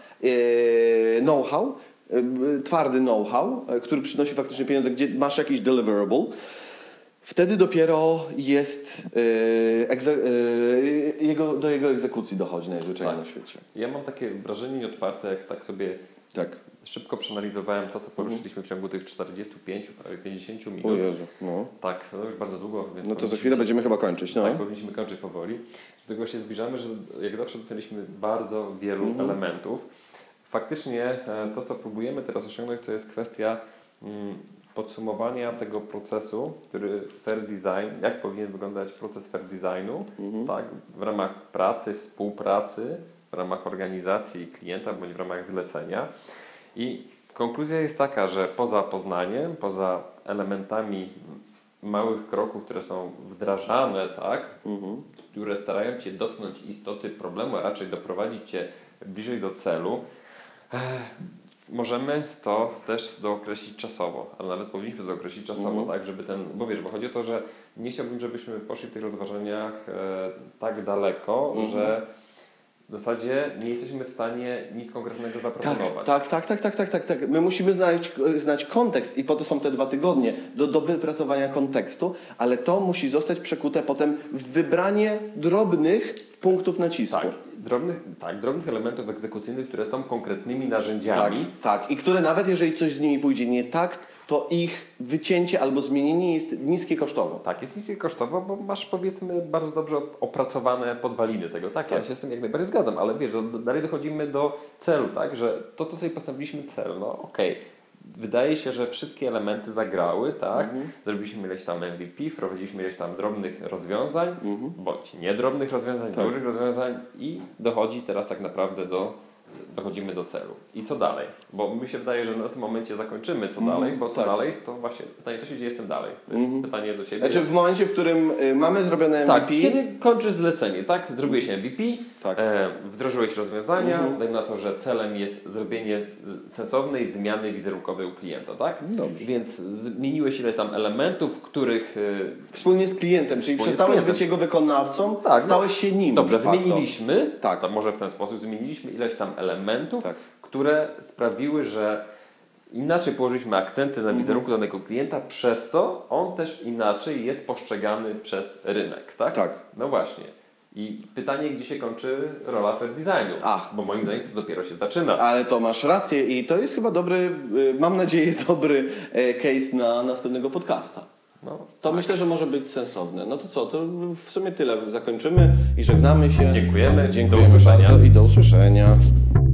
e, know-how, e, twardy know-how, e, który przynosi faktycznie pieniądze, gdzie masz jakiś deliverable, wtedy dopiero jest yy, egze, yy, jego, do jego egzekucji dochodzi najzwyczajniej tak. na świecie. Ja mam takie wrażenie nieodparte, jak tak sobie tak. szybko przeanalizowałem to, co poruszyliśmy w ciągu tych czterdziestu pięciu, prawie pięćdziesięciu minut. O Jezu, no. Tak, no już bardzo długo. Więc no to za chwilę się, będziemy chyba kończyć. No. Tak, powinniśmy kończyć powoli. Do tego się zbliżamy, że jak zawsze dotknęliśmy bardzo wielu mm-hmm. elementów. Faktycznie to, co próbujemy teraz osiągnąć, to jest kwestia mm, podsumowania tego procesu, który fair design, jak powinien wyglądać proces fair designu, mhm. tak, w ramach pracy, współpracy, w ramach organizacji klienta bądź w ramach zlecenia. I konkluzja jest taka, że poza poznaniem, poza elementami małych kroków, które są wdrażane, tak, mhm. które starają Cię dotknąć istoty problemu, a raczej doprowadzić Cię bliżej do celu, możemy to też dookreślić czasowo, ale nawet powinniśmy to dookreślić czasowo, mhm. tak, żeby ten, bo wiesz, bo chodzi o to, że nie chciałbym, żebyśmy poszli w tych rozważaniach e, tak daleko, mhm. że w zasadzie nie jesteśmy w stanie nic konkretnego zaproponować. Tak, tak, tak, tak, tak, tak, tak. My musimy znaleźć, znać kontekst i po to są te dwa tygodnie do, do wypracowania kontekstu, ale to musi zostać przekute potem w wybranie drobnych punktów nacisku. Tak. Drobnych, tak, drobnych elementów egzekucyjnych, które są konkretnymi narzędziami. Tak, tak. I które nawet jeżeli coś z nimi pójdzie nie tak, to ich wycięcie albo zmienienie jest niskie kosztowo. Tak, jest niskie kosztowo, bo masz powiedzmy bardzo dobrze opracowane podwaliny tego. Tak, tak. Ja się z tym jak najbardziej zgadzam, ale wiesz, dalej dochodzimy do celu, tak, że to, co sobie postawiliśmy cel, no okej. Okay. Wydaje się, że wszystkie elementy zagrały, tak? Mhm. Zrobiliśmy ileś tam M V P, wprowadziliśmy ileś tam drobnych rozwiązań, mhm. bądź niedrobnych rozwiązań, tak. dużych rozwiązań i dochodzi teraz tak naprawdę do, dochodzimy do celu. I co dalej? Bo mi się wydaje, że na tym momencie zakończymy co mhm. dalej, bo co tak. dalej, to właśnie pytanie, co się dzieje z tym dalej? To jest mhm. pytanie do Ciebie. Znaczy w momencie, w którym y, mamy zrobione M V P... Tak, kiedy kończysz zlecenie, tak? Zrobiłeś M V P, tak. e, wdrożyłeś rozwiązania, mhm. dajmy na to, że celem jest zrobienie sensownej zmiany wizerunkowej u klienta, tak? Dobrze. Więc zmieniłeś ileś tam elementów, których... Y, wspólnie z klientem, czyli przestałeś być jego wykonawcą, tak, stałeś się nim. Dobrze, zmieniliśmy, tak. to może w ten sposób, zmieniliśmy ileś tam elementów, tak. które sprawiły, że inaczej położyliśmy akcenty na wizerunku mhm. danego klienta, przez to on też inaczej jest postrzegany przez rynek, tak? Tak. No właśnie. I pytanie, gdzie się kończy rola fair designu, Ach. bo moim zdaniem to dopiero się zaczyna. Ale to masz rację i to jest chyba dobry, mam nadzieję, dobry case na następnego podcasta. No, to tak. Myślę, że może być sensowne. No to co, to w sumie tyle. Zakończymy i żegnamy się. Dziękujemy. Dziękujemy do usłyszenia. bardzo i do usłyszenia.